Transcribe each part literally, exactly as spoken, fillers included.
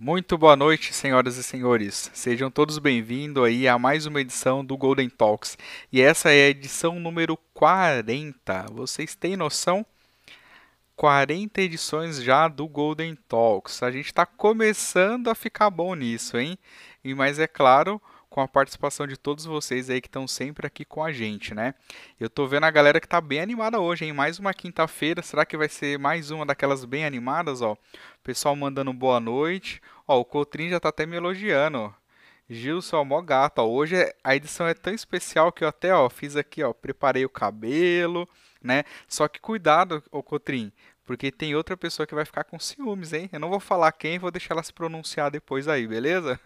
Muito boa noite, senhoras e senhores. Sejam todos bem-vindos aí a mais uma edição do Golden Talks. E essa é a edição número quarenta. Vocês têm noção? quarenta edições já do Golden Talks. A gente está começando a ficar bom nisso, hein? E mas é claro, com a participação de todos vocês aí que estão sempre aqui com a gente, né? Eu tô vendo a galera que tá bem animada hoje, hein? Mais uma quinta-feira. Será que vai ser mais uma daquelas bem animadas, ó? Pessoal mandando boa noite. Ó, o Cotrim já tá até me elogiando. Gilson, mó gato, ó. Hoje é- a edição é tão especial que eu até, ó, fiz aqui, ó, preparei o cabelo, né? Só que cuidado, ô Cotrim, porque tem outra pessoa que vai ficar com ciúmes, hein? Eu não vou falar quem, vou deixar ela se pronunciar depois aí, beleza?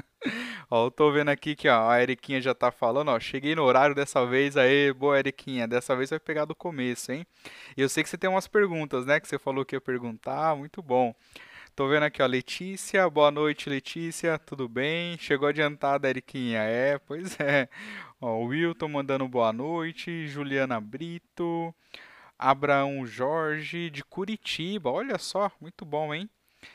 Ó, eu tô vendo aqui que ó, a Eriquinha já tá falando, ó. Cheguei no horário dessa vez, aí, boa Eriquinha. Dessa vez vai pegar do começo, hein? E eu sei que você tem umas perguntas, né? Que você falou que ia perguntar, muito bom. Tô vendo aqui, ó, Letícia. Boa noite, Letícia. Tudo bem? Chegou adiantada, Eriquinha? É, pois é. Ó, o Wilton mandando boa noite. Juliana Brito. Abraão Jorge, de Curitiba. Olha só, muito bom, hein?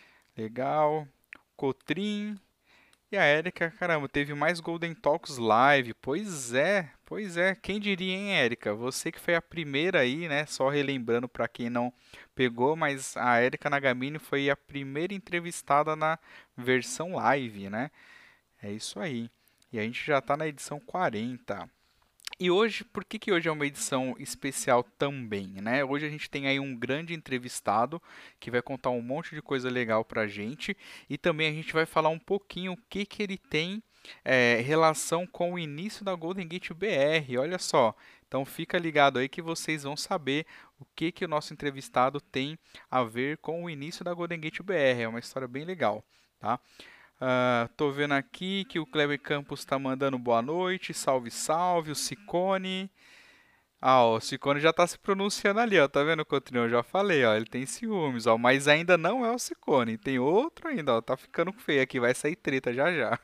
Legal. Cotrim. E a Erika, caramba, teve mais Golden Talks Live. Pois é, pois é. Quem diria, hein, Erika? Você que foi a primeira aí, né? Só relembrando para quem não pegou, mas a Erika Nagamine foi a primeira entrevistada na versão live, né? É isso aí. E a gente já tá na edição quarenta. E hoje, por que que hoje é uma edição especial também, né? Hoje a gente tem aí um grande entrevistado que vai contar um monte de coisa legal pra gente e também a gente vai falar um pouquinho o que que ele tem é, relação com o início da Golden Gate B R. Olha só, então fica ligado aí que vocês vão saber o que que o nosso entrevistado tem a ver com o início da Golden Gate B R. É uma história bem legal, tá? Ah, tô vendo aqui que o Kleber Campos está mandando boa noite, salve, salve, o Sicone. Ah, ó, o Sicone já tá se pronunciando ali, ó, tá vendo, Coutinho? Eu já falei, ó, ele tem ciúmes, ó, mas ainda não é o Sicone, tem outro ainda, ó, tá ficando feio aqui, vai sair treta já já.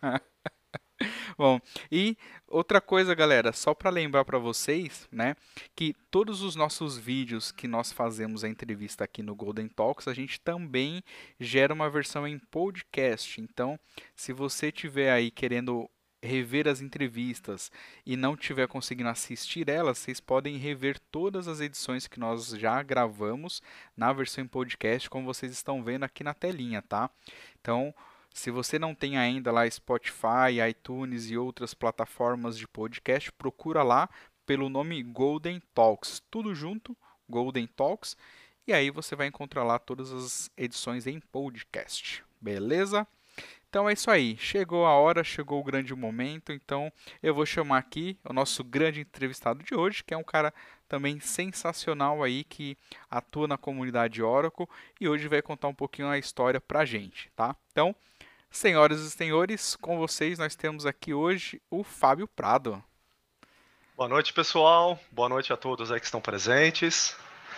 Bom, e outra coisa, galera, só para lembrar para vocês, né, que todos os nossos vídeos que nós fazemos a entrevista aqui no Golden Talks, a gente também gera uma versão em podcast. Então, se você tiver aí querendo rever as entrevistas e não tiver conseguindo assistir elas, vocês podem rever todas as edições que nós já gravamos na versão em podcast, como vocês estão vendo aqui na telinha, tá? Então, se você não tem ainda lá Spotify, iTunes e outras plataformas de podcast, procura lá pelo nome Golden Talks, tudo junto, Golden Talks, e aí você vai encontrar lá todas as edições em podcast, beleza? Então é isso aí, chegou a hora, chegou o grande momento, então eu vou chamar aqui o nosso grande entrevistado de hoje, que é um cara também sensacional aí que atua na comunidade Oracle e hoje vai contar um pouquinho a história pra gente, tá? Então, senhoras e senhores, com vocês nós temos aqui hoje o Fábio Prado. Boa noite, pessoal. Boa noite a todos aí que estão presentes.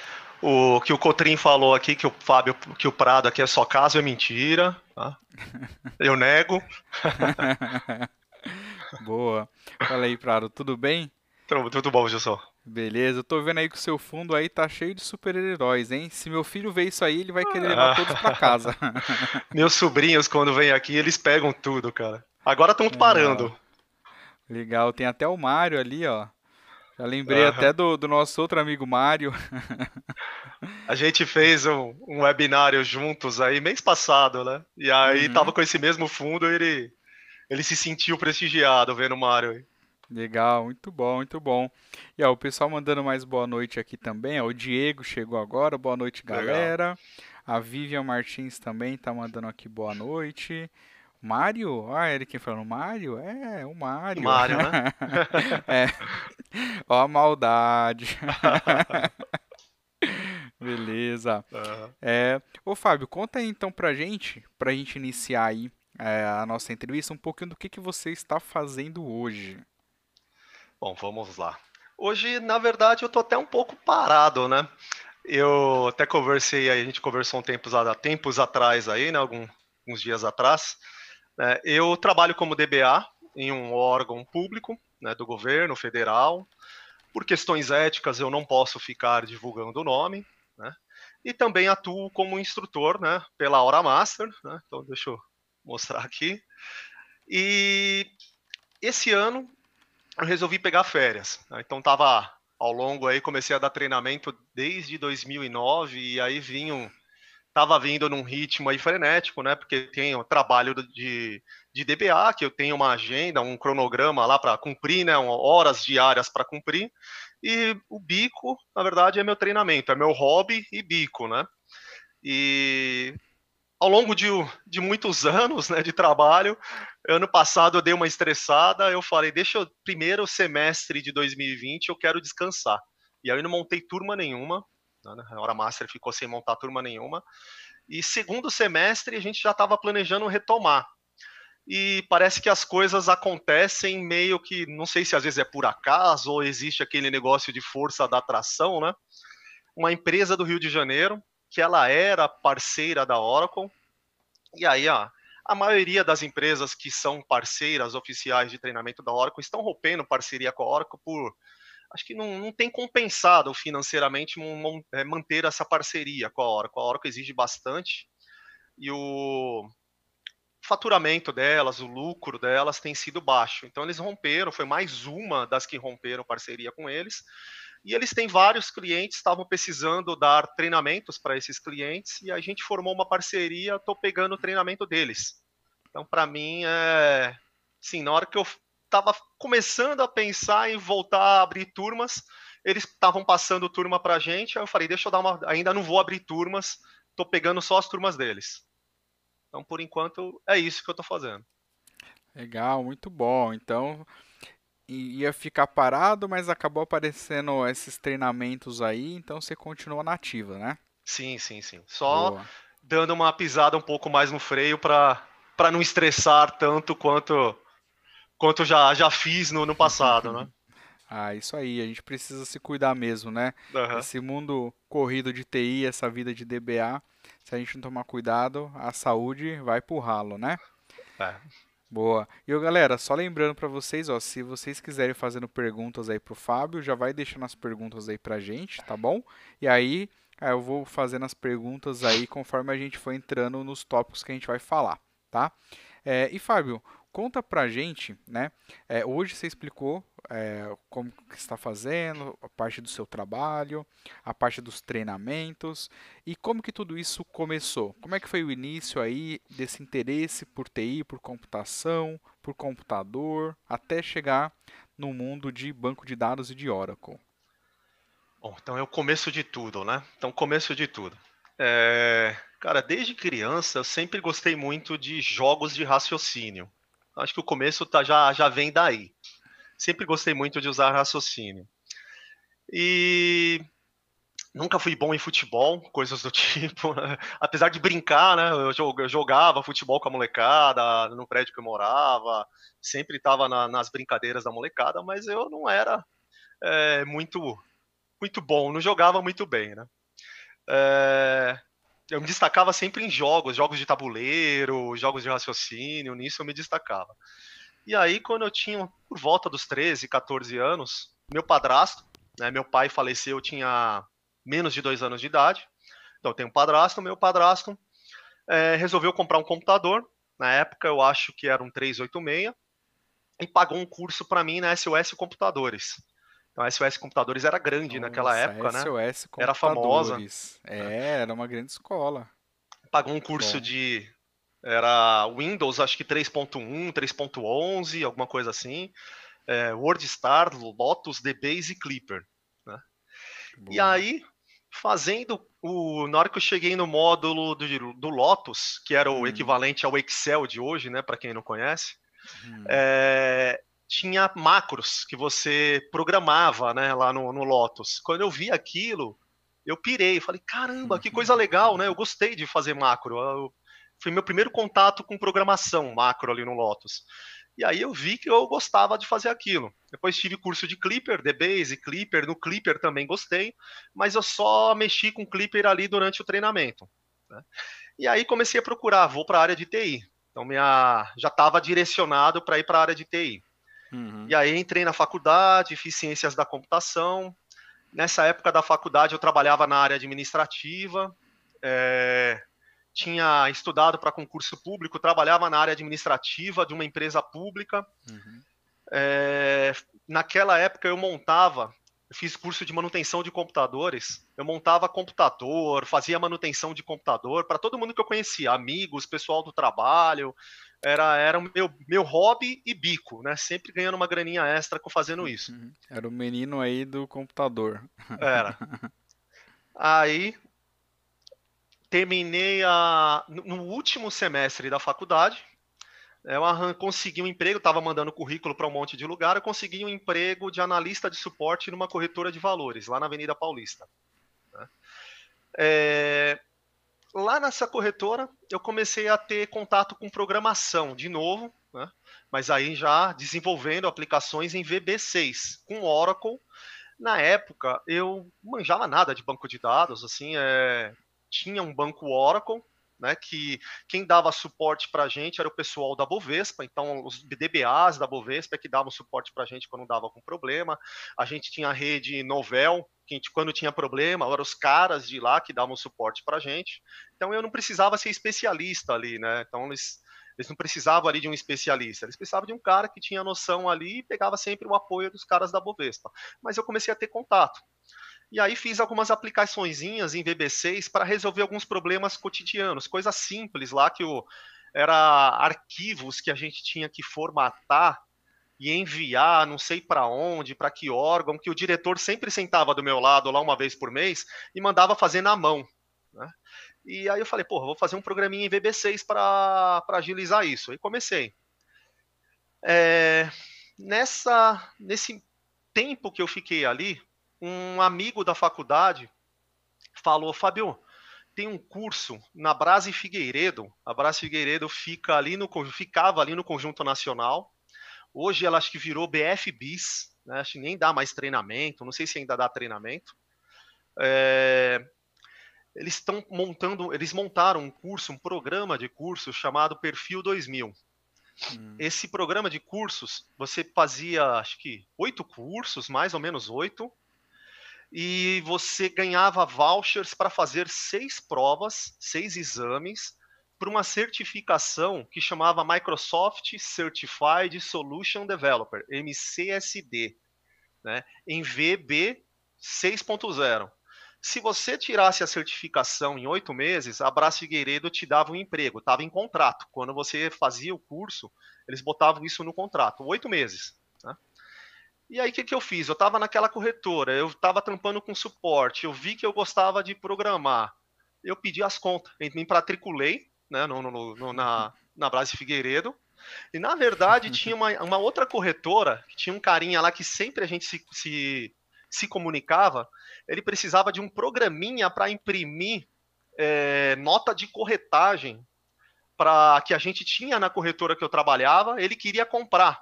O que o Cotrim falou aqui, que o Fábio, que o Prado aqui é só caso, é mentira, tá? Eu nego. Boa. Fala aí, Prado, tudo bem? Tudo, tudo bom, Gilson? Beleza, eu tô vendo aí que o seu fundo aí tá cheio de super-heróis, hein? Se meu filho ver isso aí, ele vai querer levar todos pra Ah, casa. meus sobrinhos, quando vêm aqui, eles pegam tudo, cara. Agora estão Legal. parando. Legal, tem até o Mário ali, ó. Já lembrei até Aham. do, do nosso outro amigo Mário. A gente fez um, um webinário juntos aí mês passado, né? E aí tava Uhum. com esse mesmo fundo, ele, ele se sentiu prestigiado vendo o Mário aí. Legal, muito bom, muito bom. E ó, o pessoal mandando mais boa noite aqui também. Ó, o Diego chegou agora, boa noite, Legal. galera. A Vivian Martins também tá mandando aqui boa noite. Mário? Ah, ele quem falando Mário? É, o O Mário. Mário, né? É, ó a maldade. Beleza. Aham. É, ô Fábio, conta aí então pra gente, pra gente iniciar aí é, a nossa entrevista, um pouquinho do que que você está fazendo hoje. Bom, vamos lá. Hoje, na verdade, eu tô até um pouco parado, né? Eu até conversei, aí, a gente conversou um tempos, a- tempos atrás aí, né? Algum- alguns dias atrás. Né? Eu trabalho como D B A em um órgão público, né, do governo federal. Por questões éticas, eu não posso ficar divulgando o nome, né? E também atuo como instrutor, né? Pela Hora Master, né? Então, deixa eu mostrar aqui. E esse ano eu resolvi pegar férias, né? Então tava ao longo aí, comecei a dar treinamento desde dois mil e nove e aí vinham tava vindo num ritmo aí frenético, né? Porque tem o trabalho de, de D B A, que eu tenho uma agenda, um cronograma lá para cumprir, né? Horas diárias para cumprir. E o bico, na verdade, é meu treinamento, é meu hobby e bico, né? E ao longo de, de muitos anos, né, de trabalho, ano passado eu dei uma estressada, eu falei, deixa eu, primeiro semestre de dois mil e vinte eu quero descansar. E aí eu não montei turma nenhuma, né, a hora master ficou sem montar turma nenhuma, e segundo semestre a gente já estava planejando retomar. E parece que as coisas acontecem meio que, não sei se às vezes é por acaso ou existe aquele negócio de força da atração, né? Uma empresa do Rio de Janeiro, que ela era parceira da Oracle, e aí ó, a maioria das empresas que são parceiras oficiais de treinamento da Oracle estão rompendo parceria com a Oracle por acho que não, não tem compensado financeiramente manter essa parceria com a Oracle. A Oracle exige bastante e o faturamento delas, o lucro delas tem sido baixo. Então eles romperam, foi mais uma das que romperam parceria com eles. E eles têm vários clientes, estavam precisando dar treinamentos para esses clientes e a gente formou uma parceria, estou pegando o treinamento deles. Então, para mim, é. Sim, na hora que eu estava começando a pensar em voltar a abrir turmas, eles estavam passando turma para a gente, aí eu falei, deixa eu dar uma. Ainda não vou abrir turmas, estou pegando só as turmas deles. Então, por enquanto, é isso que eu estou fazendo. Legal, muito bom. Então, i- ia ficar parado, mas acabou aparecendo esses treinamentos aí, então você continua na ativa, né? Sim, sim, sim. Só Boa. dando uma pisada um pouco mais no freio para para não estressar tanto quanto quanto já já fiz no, no passado, né? Ah, isso aí, a gente precisa se cuidar mesmo, né? Uhum. Esse mundo corrido de T I, essa vida de D B A, se a gente não tomar cuidado, a saúde vai pro ralo, né? É. Boa. E ô, galera, só lembrando para vocês, ó, se vocês quiserem fazendo perguntas aí pro Fábio, já vai deixando as perguntas aí pra gente, tá bom? E aí, ah, eu vou fazendo as perguntas aí conforme a gente for entrando nos tópicos que a gente vai falar, tá? É, e Fábio, conta pra gente, né? É, hoje você explicou é, como que está fazendo, a parte do seu trabalho, a parte dos treinamentos e como que tudo isso começou. Como é que foi o início aí desse interesse por T I, por computação, por computador, até chegar no mundo de banco de dados e de Oracle? Bom, então é o começo de tudo, né? Então, começo de tudo. É, cara, desde criança eu sempre gostei muito de jogos de raciocínio. Acho que o começo tá, já, já vem daí. Sempre gostei muito de usar raciocínio. E nunca fui bom em futebol, coisas do tipo. Né? Apesar de brincar, né? Eu jogava futebol com a molecada, no prédio que eu morava, sempre estava na, nas brincadeiras da molecada, mas eu não era é, muito, muito bom, não jogava muito bem, né? É, eu me destacava sempre em jogos, jogos de tabuleiro, jogos de raciocínio, nisso eu me destacava. E aí, quando eu tinha por volta dos treze, quatorze anos, meu padrasto, né, meu pai faleceu, eu tinha menos de dois anos de idade. Então, eu tenho um padrasto, meu padrasto é, resolveu comprar um computador. Na época, eu acho que era um trezentos e oitenta e seis, e pagou um curso para mim na S O S Computadores. Então, a S O S Computadores era grande naquela Nossa, época, né? S O S Era famosa. Computadores. Né? É, era uma grande escola. Pagou um curso Bom. de era Windows, acho que três ponto um, três ponto onze, alguma coisa assim. É, WordStar, Lotus, DBase e Clipper. Né? E Boa. aí, fazendo o. Na hora que eu cheguei no módulo do, do Lotus, que era o Hum, equivalente ao Excel de hoje, né, para quem não conhece, hum. é, tinha macros que você programava, né, lá no, no Lotus. Quando eu vi aquilo, eu pirei, falei, caramba, que coisa legal, né? Eu gostei de fazer macro. Eu, foi meu primeiro contato com programação macro ali no Lotus. E aí eu vi que eu gostava de fazer aquilo. Depois tive curso de Clipper, DBase, Clipper. No Clipper também gostei, mas eu só mexi com Clipper ali durante o treinamento. Né? E aí comecei a procurar, vou para a área de T I. Então minha, já estava direcionado para ir para a área de T I. E Uhum. aí entrei na faculdade, fiz ciências da computação. Nessa época da faculdade eu trabalhava na área administrativa. É, tinha estudado para concurso público, trabalhava na área administrativa de uma empresa pública. Uhum. É, naquela época eu montava, eu fiz curso de manutenção de computadores, eu montava computador, fazia manutenção de computador para todo mundo que eu conhecia, amigos, pessoal do trabalho, era, era o meu, meu hobby e bico, né? Sempre ganhando uma graninha extra com fazendo isso. Uhum. Era o menino aí do computador. Era. Aí terminei a, no último semestre da faculdade, eu consegui um emprego, estava mandando currículo para um monte de lugar, eu consegui um emprego de analista de suporte numa corretora de valores, lá na Avenida Paulista. Né? É, lá nessa corretora, eu comecei a ter contato com programação de novo, né? Mas aí já desenvolvendo aplicações em V B seis, com Oracle. Na época, eu não manjava nada de banco de dados, assim, é, tinha um banco Oracle, né, que quem dava suporte para a gente era o pessoal da Bovespa, então os D B As da Bovespa que davam suporte para a gente quando dava algum problema. A gente tinha a rede Novell, que quando tinha problema, eram os caras de lá que davam suporte para a gente. Então eu não precisava ser especialista ali, né? Então eles, eles não precisavam ali de um especialista, eles precisavam de um cara que tinha noção ali e pegava sempre o apoio dos caras da Bovespa. Mas eu comecei a ter contato. E aí fiz algumas aplicaçõezinhas em V B seis para resolver alguns problemas cotidianos, coisas simples lá que eu, era arquivos que a gente tinha que formatar e enviar, não sei para onde, para que órgão, que o diretor sempre sentava do meu lado lá uma vez por mês e mandava fazer na mão. Né? E aí eu falei, pô, vou fazer um programinha em V B seis para agilizar isso. Aí comecei. É, nessa, nesse tempo que eu fiquei ali, um amigo da faculdade falou, Fábio, tem um curso na Brás e Figueiredo. A Brás Figueiredo fica ali no, ficava ali no Conjunto Nacional. Hoje ela acho que virou B F Bis, né? Acho que nem dá mais treinamento, não sei se ainda dá treinamento. É, eles estão montando, eles montaram um curso, um programa de curso chamado Perfil dois mil. Hum. Esse programa de cursos, você fazia acho que oito cursos, mais ou menos oito, e você ganhava vouchers para fazer seis provas, seis exames, para uma certificação que chamava Microsoft Certified Solution Developer, M C S D, né, em V B seis ponto zero. Se você tirasse a certificação em oito meses, a Brás Figueiredo te dava um emprego, estava em contrato. Quando você fazia o curso, eles botavam isso no contrato, oito meses. Né? E aí, o que, que eu fiz? Eu estava naquela corretora, eu estava trampando com suporte, eu vi que eu gostava de programar. Eu pedi as contas, me matriculei, né, no, no, no, na, na Brás Figueiredo, e na verdade tinha uma, uma outra corretora, que tinha um carinha lá que sempre a gente se, se, se comunicava, ele precisava de um programinha para imprimir é, nota de corretagem para que a gente tinha na corretora que eu trabalhava, ele queria comprar.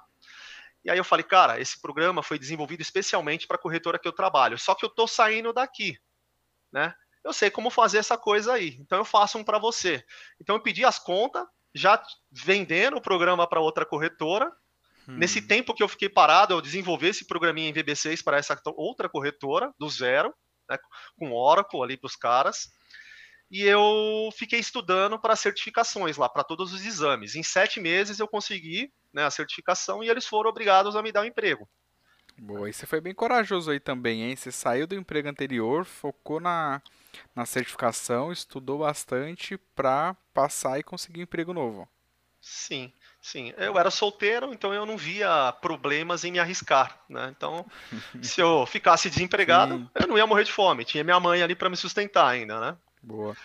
E aí eu falei, cara, esse programa foi desenvolvido especialmente para a corretora que eu trabalho, só que eu estou saindo daqui, né? Eu sei como fazer essa coisa aí, então eu faço um para você. Então eu pedi as contas, já vendendo o programa para outra corretora. Hum. Nesse tempo que eu fiquei parado, eu desenvolvi esse programinha em V B seis para essa outra corretora, do zero, né, com Oracle ali para os caras. E eu fiquei estudando para certificações lá, para todos os exames. Em sete meses eu consegui, né, a certificação e eles foram obrigados a me dar um emprego. Boa, e você foi bem corajoso aí também, hein? Você saiu do emprego anterior, focou na, na certificação, estudou bastante para passar e conseguir um emprego novo. Sim, sim. Eu era solteiro, então eu não via problemas em me arriscar, né? Então, se eu ficasse desempregado, sim, eu não ia morrer de fome. Tinha minha mãe ali para me sustentar ainda, né? Boa.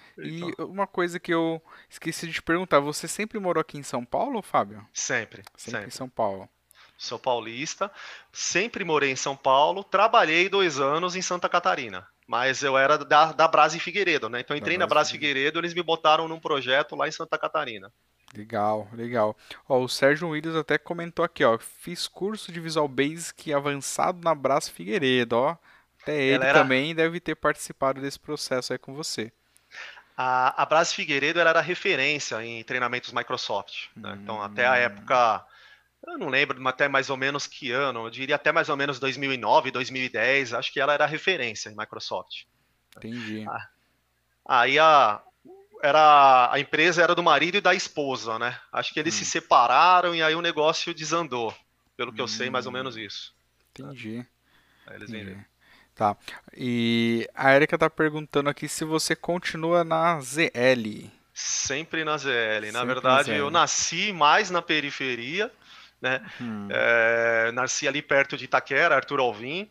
E então, uma coisa que eu esqueci de te perguntar, você sempre morou aqui em São Paulo, Fábio? Sempre. Sempre, sempre. em São Paulo. Sou paulista, sempre morei em São Paulo, trabalhei dois anos em Santa Catarina, mas eu era da, da Brás e Figueiredo, né? Então entrei na Brás e Figueiredo, eles me botaram num projeto lá em Santa Catarina. Legal, legal. Ó, o Sérgio Williams até comentou aqui, ó, fiz curso de Visual Basic avançado na Brás Figueiredo, ó. Até ele era... também deve ter participado desse processo aí com você. A, a Brás Figueiredo ela era referência em treinamentos Microsoft, né? Então hum... até a época... Eu não lembro até mais ou menos que ano, eu diria até mais ou menos dois mil e nove, dois mil e dez, acho que ela era referência em Microsoft. Entendi. Aí a, era a empresa era do marido e da esposa, né? Acho que eles se Hum, separaram e aí o negócio desandou. Pelo que eu sei, mais ou hum, menos isso. Né? entendi, Aí eles entendi. venderam. Tá. E a Erika tá perguntando aqui se você continua na Z L. Sempre na Z L. Na Sempre na verdade, eu Z L. nasci mais na periferia, né? Hum, É, nasci ali perto de Itaquera, Arthur Alvim.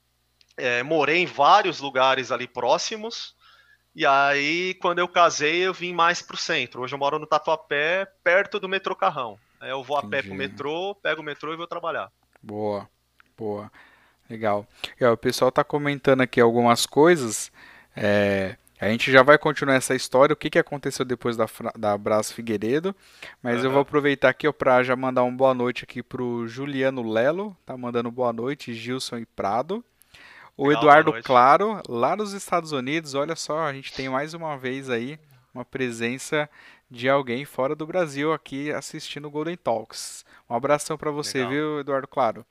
É, morei em vários lugares ali próximos. E aí, quando eu casei, eu vim mais pro centro. Hoje eu moro no Tatuapé, perto do metrô Carrão. Aí eu vou a pé pro entendi. metrô, pego o metrô e vou trabalhar. Boa, boa. Legal. E, ó, o pessoal está comentando aqui algumas coisas. É, a gente já vai continuar essa história, o que, que aconteceu depois da, Fra- da Brás Figueiredo. Mas eu vou Aham. aproveitar aqui para já mandar uma boa noite aqui pro Juliano Lelo, tá mandando boa noite, Gilson e Prado. O Legal, boa Eduardo noite. Claro, lá nos Estados Unidos, olha só, a gente tem mais uma vez aí uma presença de alguém fora do Brasil aqui assistindo o Golden Talks. Um abração para você, Legal. viu, Eduardo Claro?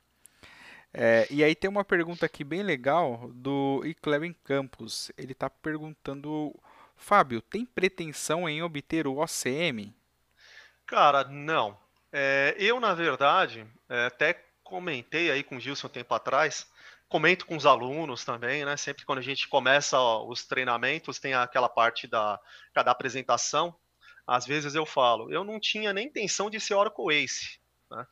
É, e aí tem uma pergunta aqui bem legal do Icleben Campos. Ele está perguntando, Fábio, tem pretensão em obter o O C M? Cara, não. É, eu, na verdade, é, até comentei aí com o Gilson um tempo atrás, comento com os alunos também, né? Sempre quando a gente começa ó, os treinamentos, tem aquela parte da, da apresentação. Às vezes eu falo, eu não tinha nem intenção de ser Oracle Ace, né?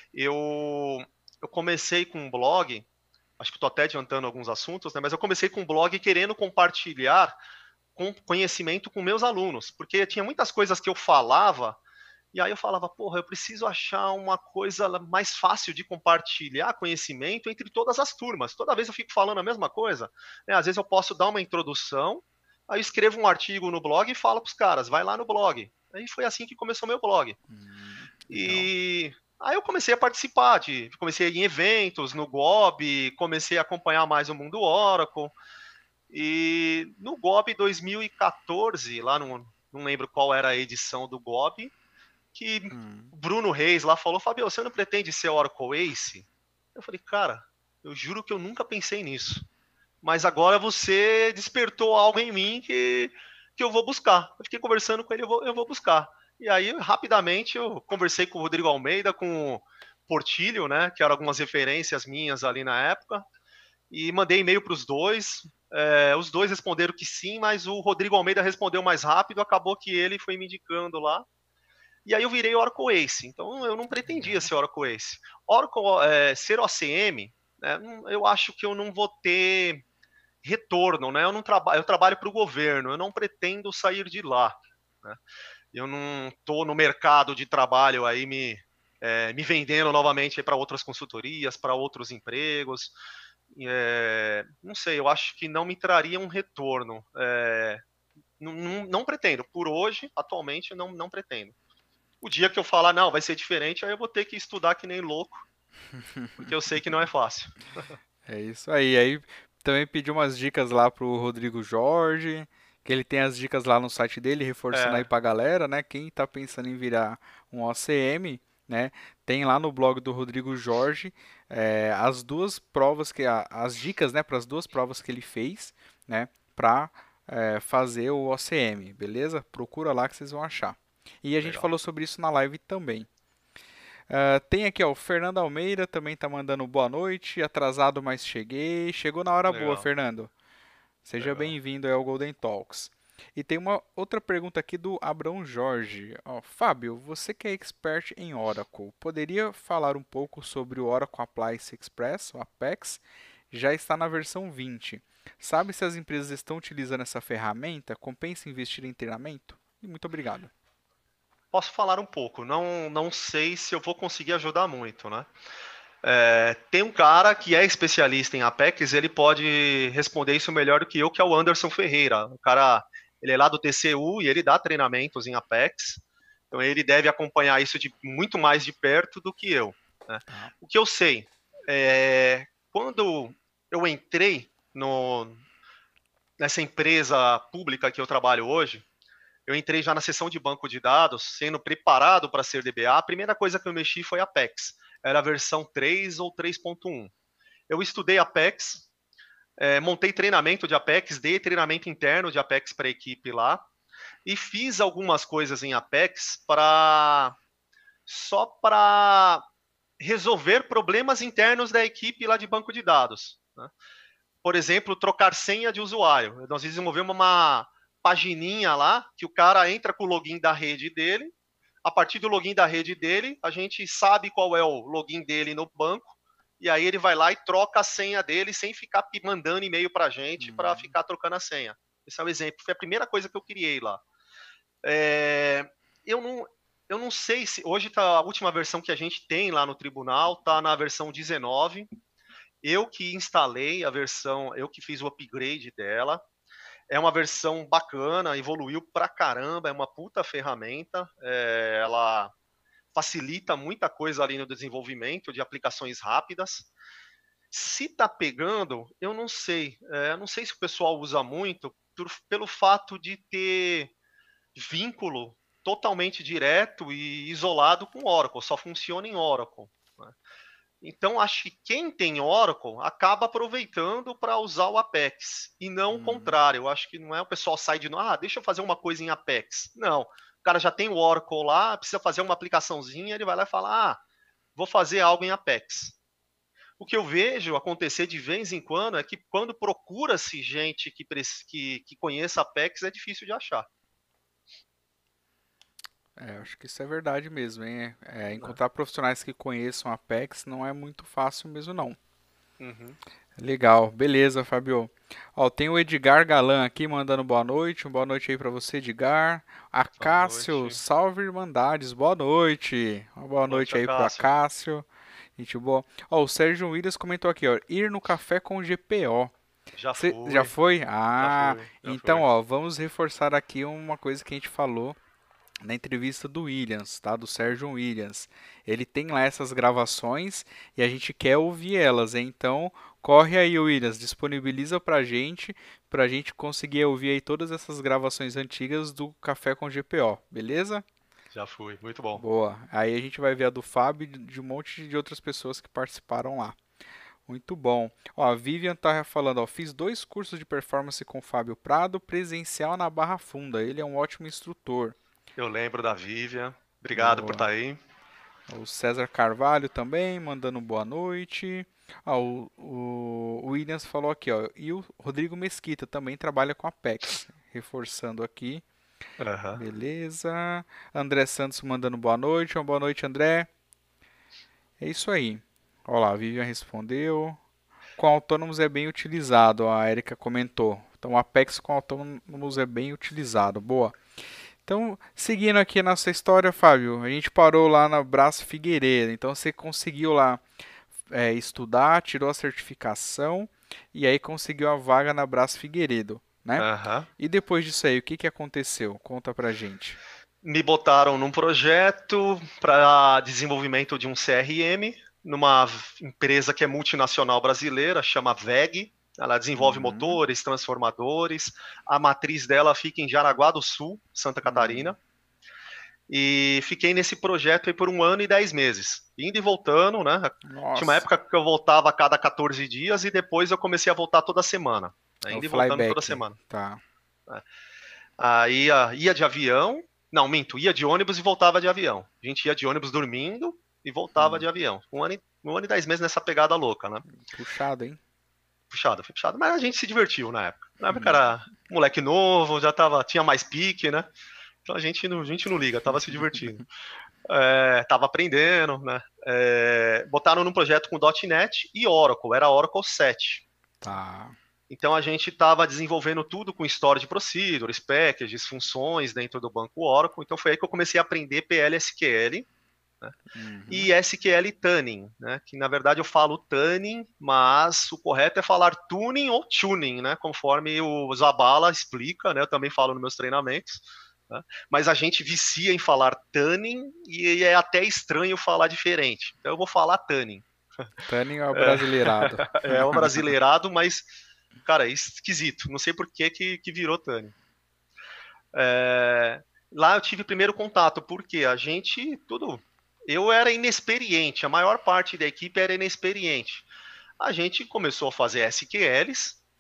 Eu, eu comecei com um blog, acho que estou até adiantando alguns assuntos, né? Mas eu comecei com um blog querendo compartilhar com conhecimento com meus alunos, porque tinha muitas coisas que eu falava e aí eu falava, porra, eu preciso achar uma coisa mais fácil de compartilhar conhecimento entre todas as turmas. Toda vez eu fico falando a mesma coisa. Né? Às vezes eu posso dar uma introdução, aí eu escrevo um artigo no blog e falo para os caras, vai lá no blog. Aí foi assim que começou meu blog. Hum, legal. E aí eu comecei a participar de, comecei em eventos no G O B, comecei a acompanhar mais o mundo Oracle. E no G O B dois mil e quatorze, lá no, não lembro qual era a edição do G O B, que Hum, o Bruno Reis lá falou, Fabio, você não pretende ser Oracle Ace? Eu falei, cara, eu juro que eu nunca pensei nisso. Mas agora você despertou algo em mim que, que eu vou buscar. Eu fiquei conversando com ele, eu vou, eu vou buscar. E aí, rapidamente, eu conversei com o Rodrigo Almeida, com o Portilho, né, que eram algumas referências minhas ali na época, e mandei e-mail para os dois. É, os dois responderam que sim, mas o Rodrigo Almeida respondeu mais rápido, acabou que ele foi me indicando lá. E aí eu virei Oracle Ace. Então eu não pretendia legal. ser Oracle Ace. Oracle, é, ser O C M, né, eu acho que eu não vou ter retorno, né? Eu não trabalho, eu trabalho para o governo, eu não pretendo sair de lá. Né? Eu não estou no mercado de trabalho aí me, é, me vendendo novamente para outras consultorias, para outros empregos. É, não sei, eu acho que não me traria um retorno. É, não, não, não pretendo. Por hoje, atualmente, não, não pretendo. O dia que eu falar, não, vai ser diferente, aí eu vou ter que estudar que nem louco, porque eu sei que não é fácil. É isso aí. Aí também pedi umas dicas lá pro Rodrigo Jorge, que ele tem as dicas lá no site dele, reforçando aí É, pra galera, né? Quem tá pensando em virar um O C M, né? Tem lá no blog do Rodrigo Jorge é, as duas provas que a- as dicas, né, para as duas provas que ele fez, né, para fazer o O C M, beleza? Procura lá que vocês vão achar. E a gente legal. falou sobre isso na live também. Ah, tem aqui, ó, o Fernando Almeida também tá mandando boa noite. Atrasado, mas cheguei. Chegou na hora boa, Legal, Fernando. Seja legal. bem-vindo ao Golden Talks. E tem uma outra pergunta aqui do Abrão Jorge. Ó, Fábio, você que é expert em Oracle, poderia falar um pouco sobre o Oracle Appliance Express, o Apex? Já está na versão vinte. Sabe se as empresas estão utilizando essa ferramenta? Compensa investir em treinamento? E muito obrigado. Posso falar um pouco, não, não sei se eu vou conseguir ajudar muito, né? É, tem um cara que é especialista em Apex, ele pode responder isso melhor do que eu, que é o Anderson Ferreira. O cara, ele é lá do T C U e ele dá treinamentos em Apex, então ele deve acompanhar isso de muito mais de perto do que eu. Né? Tá. O que eu sei é quando eu entrei no, nessa empresa pública que eu trabalho hoje, eu entrei já na seção de banco de dados, sendo preparado para ser D B A. A primeira coisa que eu mexi foi Apex. Era a versão três ou três ponto um. Eu estudei Apex, eh, montei treinamento de Apex, dei treinamento interno de Apex para a equipe lá. e fiz algumas coisas em Apex para só para resolver problemas internos da equipe lá de banco de dados, né? Por exemplo, trocar senha de usuário. Nós desenvolvemos uma pagininha lá que o cara entra com o login da rede dele. A partir do login da rede dele, a gente sabe qual é o login dele no banco. E aí ele vai lá e troca a senha dele sem ficar mandando e-mail para a gente Uhum. para ficar trocando a senha. Esse é o exemplo. Foi a primeira coisa que eu criei lá. É, eu não, eu não sei se hoje tá a última versão que a gente tem lá no tribunal tá na versão dezenove. Eu que instalei a versão, eu que fiz o upgrade dela. É uma versão bacana, evoluiu pra caramba, é uma puta ferramenta. É, ela facilita muita coisa ali no desenvolvimento de aplicações rápidas. Se tá pegando, eu não sei. É, não sei se o pessoal usa muito por, pelo fato de ter vínculo totalmente direto e isolado com Oracle, só funciona em Oracle, né? Então, acho que quem tem Oracle acaba aproveitando para usar o Apex, e não o Uhum. contrário. Eu acho que não é o pessoal sai de, ah, deixa eu fazer uma coisa em Apex. Não, o cara já tem o Oracle lá, precisa fazer uma aplicaçãozinha, ele vai lá e fala, ah, vou fazer algo em Apex. O que eu vejo acontecer de vez em quando é que quando procura-se gente que, que, que conheça Apex, é difícil de achar, É, acho que isso é verdade mesmo, hein? É, né? encontrar profissionais que conheçam Apex não é muito fácil mesmo, não. Uhum. Legal, beleza, Fabio. Ó, tem o Edgar Galan aqui mandando boa noite. Uma boa noite aí pra você, Edgar. Boa Acácio, noite. salve Irmandades, boa noite. Uma boa Boa noite noite, aí pro Acácio. Acácio. Gente boa. Ó, o Sérgio Williams comentou aqui, ó, ir no café com G P O. Já Você já fui, foi? já Ah, fui, já então, fui. ó, vamos reforçar aqui uma coisa que a gente falou na entrevista do Williams, tá? Do Sérgio Williams. Ele tem lá essas gravações e a gente quer ouvir elas, hein? Então, corre aí, Williams, disponibiliza pra gente, pra gente conseguir ouvir aí todas essas gravações antigas do Café com G P O, beleza? Já fui, muito bom. Boa. Aí a gente vai ver a do Fábio e de um monte de outras pessoas que participaram lá. Muito bom. Ó, a Vivian tá falando, ó, fiz dois cursos de performance com o Fábio Prado, presencial na Barra Funda. Ele é um ótimo instrutor. Eu lembro da Vivian. Obrigado por estar Boa. aí. O César Carvalho também, mandando boa noite. Ah, o, o Williams falou aqui, ó. E o Rodrigo Mesquita também trabalha com Apex. Reforçando aqui. Aham. Beleza. André Santos mandando boa noite. Uma boa noite, André. É isso aí. Olha lá, a Vivian respondeu. Com autônomos é bem utilizado, a Erika comentou. Então, o Apex com autônomos é bem utilizado. Boa. Então, seguindo aqui a nossa história, Fábio, a gente parou lá na Brás Figueiredo. Então, você conseguiu lá é, estudar, tirou a certificação e aí conseguiu a vaga na Brás Figueiredo, né? Aham. E depois disso aí, o que que aconteceu? Conta pra gente. Me botaram num projeto para desenvolvimento de um C R M numa empresa que é multinacional brasileira, chama V E G. Ela desenvolve Uhum, motores, transformadores. A matriz dela fica em Jaraguá do Sul, Santa uhum. Catarina. E fiquei nesse projeto aí por um ano e dez meses, indo e voltando, né? Tinha uma Nossa, época que eu voltava a cada quatorze dias e depois eu comecei a voltar toda semana, né? é o Indo e voltando toda flyback. semana, Tá. né? Aí ia, ia de avião, não, minto, ia de ônibus e voltava de avião. A gente ia de ônibus dormindo e voltava Hum, de avião. Um ano, e, um ano e dez meses nessa pegada louca, né? puxado, hein? Puxado, foi puxado, mas a gente se divertiu na época. Na época Hum. era moleque novo, já tava, tinha mais pique, né? Então a gente não, a gente não liga, tava se divertindo. É, tava aprendendo, né? É, botaram num projeto com .ponto .NET e Oracle, era Oracle sete. Tá. Então a gente estava desenvolvendo tudo com storage procedures, packages, funções dentro do banco Oracle. Então foi aí que eu comecei a aprender P L S Q L, né? Uhum. E S Q L Tuning, né? Que na verdade eu falo tuning, mas o correto é falar tuning ou tuning, né? Conforme o Zabala explica, né? Eu também falo nos meus treinamentos. Né? Mas a gente vicia em falar tuning e é até estranho falar diferente. Então eu vou falar tuning. Tanning é o brasileirado. É, é um brasileirado, mas, cara, é esquisito. Não sei por que, que, que virou tuning. É, lá eu tive primeiro contato, porque a gente, tudo. Eu era inexperiente, a maior parte da equipe era inexperiente. A gente começou a fazer S Q Ls,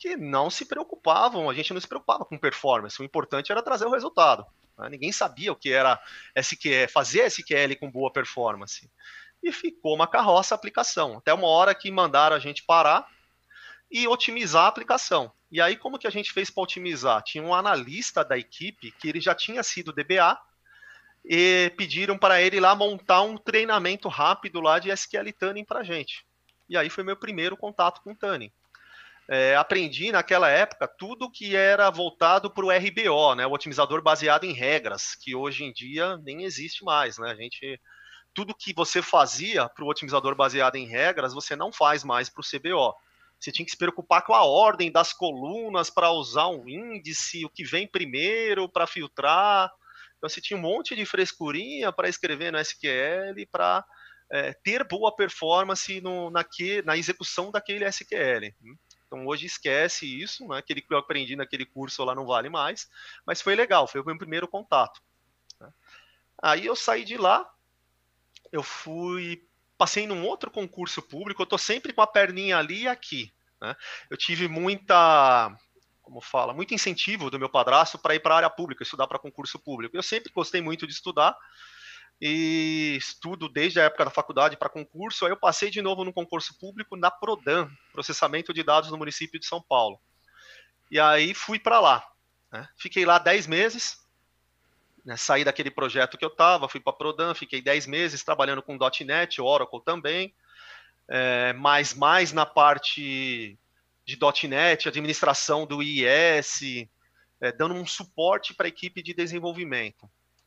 que não se preocupavam, a gente não se preocupava com performance, o importante era trazer o resultado. Né? Ninguém sabia o que era S Q L, fazer S Q L com boa performance. E ficou uma carroça a aplicação, até uma hora que mandaram a gente parar e otimizar a aplicação. E aí, como que a gente fez para otimizar? Tinha um analista da equipe que ele já tinha sido D B A e pediram para ele lá montar um treinamento rápido lá de S Q L Tuning para a gente. E aí foi meu primeiro contato com o Tuning. É, aprendi naquela época tudo que era voltado para o R B O, né, o otimizador baseado em regras, que hoje em dia nem existe mais. Né? A gente, tudo que você fazia para o otimizador baseado em regras, você não faz mais para o C B O. Você tinha que se preocupar com a ordem das colunas para usar um índice, o que vem primeiro para filtrar. Então você tinha um monte de frescurinha para escrever no S Q L para é, ter boa performance no, na, que, na execução daquele S Q L. Então hoje esquece isso, né? Aquele que eu aprendi naquele curso lá não vale mais, mas foi legal, foi o meu primeiro contato. Né? Aí eu saí de lá, eu fui, passei num outro concurso público, eu estou sempre com a perninha ali e aqui. Né? Eu tive muita, como fala, muito incentivo do meu padrasto para ir para a área pública, estudar para concurso público. Eu sempre gostei muito de estudar, e estudo desde a época da faculdade para concurso. Aí eu passei de novo no concurso público na Prodan, processamento de dados no município de São Paulo. E aí fui para lá. Né? Fiquei lá dez meses, né? Saí daquele projeto que eu estava, fui para a Prodan, fiquei dez meses trabalhando com .NET, Oracle também, é, mas mais na parte de .NET, administração do I S, é, dando um suporte para a equipe de desenvolvimento.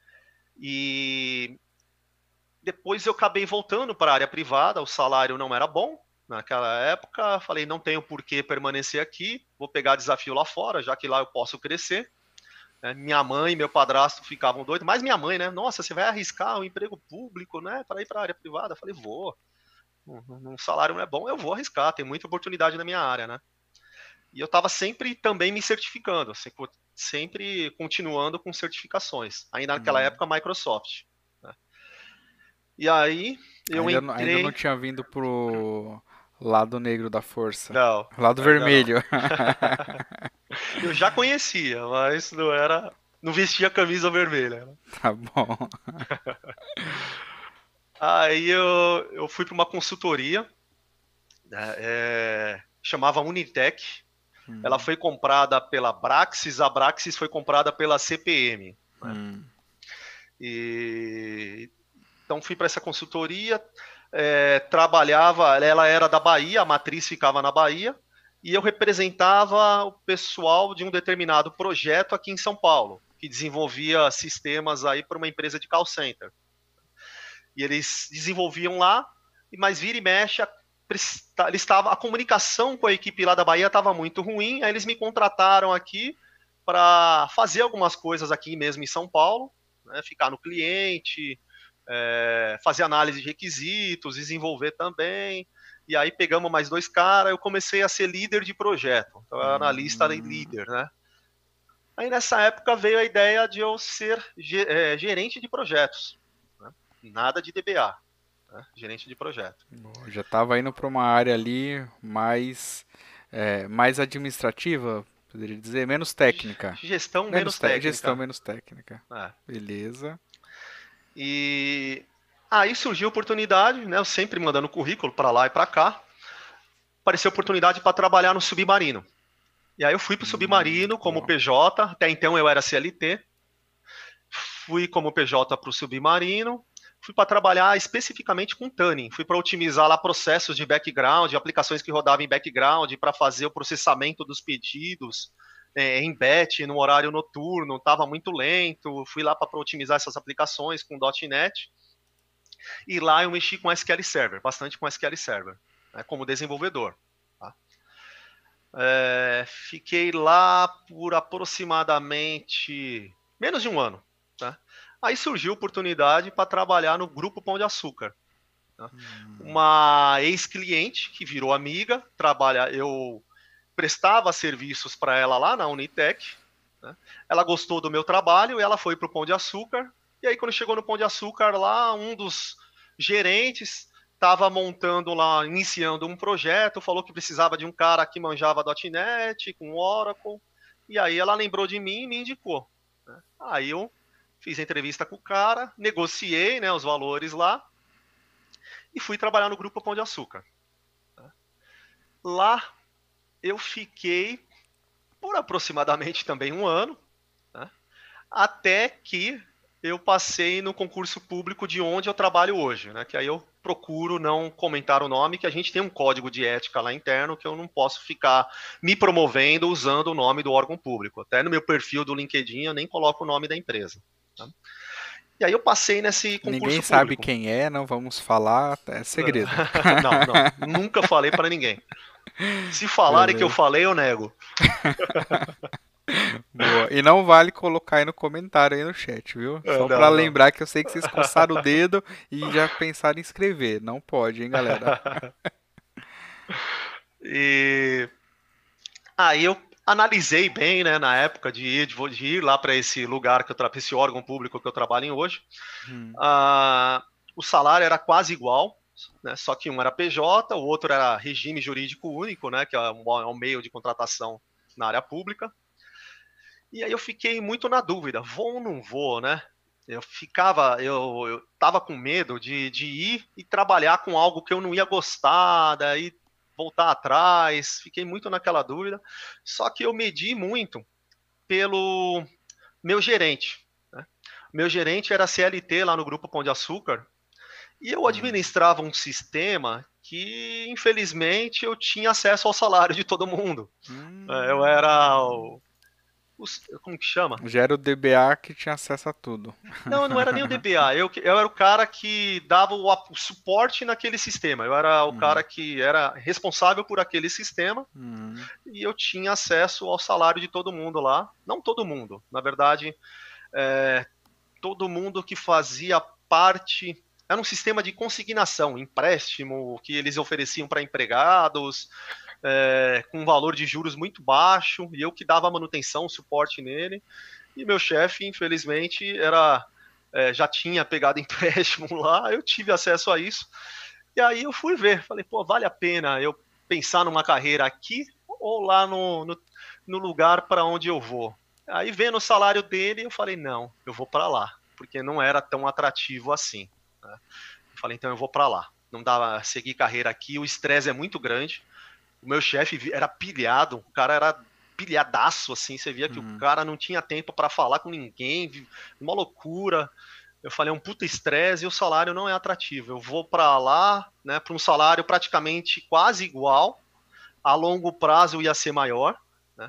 E depois eu acabei voltando para a área privada, o salário não era bom naquela época, falei, não tenho por que permanecer aqui, vou pegar desafio lá fora, já que lá eu posso crescer. Minha mãe e meu padrasto ficavam doidos, mas minha mãe, né, nossa, você vai arriscar o emprego público, né, para ir para a área privada? Eu falei, vou, um salário não é bom, eu vou arriscar, tem muita oportunidade na minha área, né. E eu estava sempre também me certificando, sempre continuando com certificações, ainda naquela hum. época Microsoft. Né? E aí eu ainda, entrei... Ainda não tinha vindo pro lado negro da força. Não. Lado vermelho. Eu já conhecia, mas não era... Não vestia camisa vermelha. Né? Tá bom. Aí eu, eu fui para uma consultoria, né, é, chamava Unitec. Hum. Ela foi comprada pela Braxis, a Braxis foi comprada pela C P M. Né? Hum. E... Então fui para essa consultoria, é, trabalhava, ela era da Bahia, a matriz ficava na Bahia, e eu representava o pessoal de um determinado projeto aqui em São Paulo, que desenvolvia sistemas aí para uma empresa de call center. E eles desenvolviam lá, mas vira e mexe, a, eles tavam, a comunicação com a equipe lá da Bahia estava muito ruim, aí eles me contrataram aqui para fazer algumas coisas aqui mesmo em São Paulo, né, ficar no cliente... É, fazer análise de requisitos, desenvolver também, e aí pegamos mais dois caras, eu comecei a ser líder de projeto, então eu era analista e líder, né? Aí nessa época veio a ideia de eu ser é, gerente de projetos, né? Nada de D B A, né? Gerente de projeto. Bom, já estava indo para uma área ali mais, é, mais administrativa, poderia dizer, menos técnica. Gestão menos, menos técnica. Gestão menos técnica. É. Beleza. E aí surgiu a oportunidade, né? Eu sempre mandando currículo para lá e para cá. Apareceu a oportunidade para trabalhar no Submarino. E aí eu fui para o Submarino como P J. Até então eu era C L T. Fui como P J para o Submarino. Fui para trabalhar especificamente com Tuning. Fui para otimizar lá processos de background, aplicações que rodavam em background para fazer o processamento dos pedidos. É, em batch, no horário noturno, estava muito lento, fui lá para otimizar essas aplicações com .NET, e lá eu mexi com S Q L Server, bastante com S Q L Server, né, como desenvolvedor. Tá? É, fiquei lá por aproximadamente menos de um ano. Tá? Aí surgiu a oportunidade para trabalhar no Grupo Pão de Açúcar. Tá? Hum. Uma ex-cliente que virou amiga, trabalha, eu... prestava serviços para ela lá na Unitec, né? Ela gostou do meu trabalho e ela foi para o Pão de Açúcar, e aí quando chegou no Pão de Açúcar lá, um dos gerentes estava montando lá, iniciando um projeto, falou que precisava de um cara que manjava .ponto .NET, com Oracle, e aí ela lembrou de mim e me indicou. Né? Aí eu fiz a entrevista com o cara, negociei, né, os valores lá, e fui trabalhar no Grupo Pão de Açúcar. Lá eu fiquei por aproximadamente também um ano, né, até que eu passei no concurso público de onde eu trabalho hoje, né, que aí eu procuro não comentar o nome, que a gente tem um código de ética lá interno que eu não posso ficar me promovendo usando o nome do órgão público. Até no meu perfil do LinkedIn eu nem coloco o nome da empresa. Tá? E aí eu passei nesse concurso Ninguém público. sabe quem é, não vamos falar, é segredo. Não, não, nunca falei para ninguém. Se falarem Beleza. que eu falei, eu nego. Boa. E não vale colocar aí no comentário aí no chat, viu? É, Só para lembrar que eu sei que vocês coçaram o dedo e já pensaram em escrever. Não pode, hein, galera? E aí eu analisei bem, né, na época de ir, de ir lá para esse lugar que eu trabalho, esse órgão público que eu trabalho em hoje. Hum. Ah, o salário era quase igual, né, só que um era P J, o outro era regime jurídico único, né, que é um, é um meio de contratação na área pública. E aí eu fiquei muito na dúvida, vou ou não vou, né? Eu ficava, eu, eu tava com medo de, de ir e trabalhar com algo que eu não ia gostar, daí voltar atrás, fiquei muito naquela dúvida. Só que eu medi muito pelo meu gerente. Né? Meu gerente era C L T lá no Grupo Pão de Açúcar e eu administrava um sistema que, infelizmente, eu tinha acesso ao salário de todo mundo. Hum. Eu era o Os, como que chama? Já era o D B A que tinha acesso a tudo. Não, não era nem o D B A. Eu, eu era o cara que dava o, o suporte naquele sistema. Eu era o uhum. cara que era responsável por aquele sistema uhum. e eu tinha acesso ao salário de todo mundo lá. Não todo mundo, na verdade, é, todo mundo que fazia parte. Era um sistema de consignação, empréstimo que eles ofereciam para empregados. É, com um valor de juros muito baixo, e eu que dava manutenção, suporte nele, e meu chefe, infelizmente, era, é, já tinha pegado empréstimo lá, eu tive acesso a isso, e aí eu fui ver, falei, pô, vale a pena eu pensar numa carreira aqui, ou lá no, no, no lugar para onde eu vou? Aí vendo o salário dele, eu falei, não, eu vou para lá, porque não era tão atrativo assim, né? Eu falei, então eu vou para lá, não dá pra seguir carreira aqui, o estresse é muito grande. O meu chefe era pilhado, o cara era pilhadaço, assim, você via que uhum. o cara não tinha tempo para falar com ninguém, uma loucura. Eu falei, é um puta estresse e o salário não é atrativo. Eu vou para lá, né, para um salário praticamente quase igual, a longo prazo ia ser maior, né,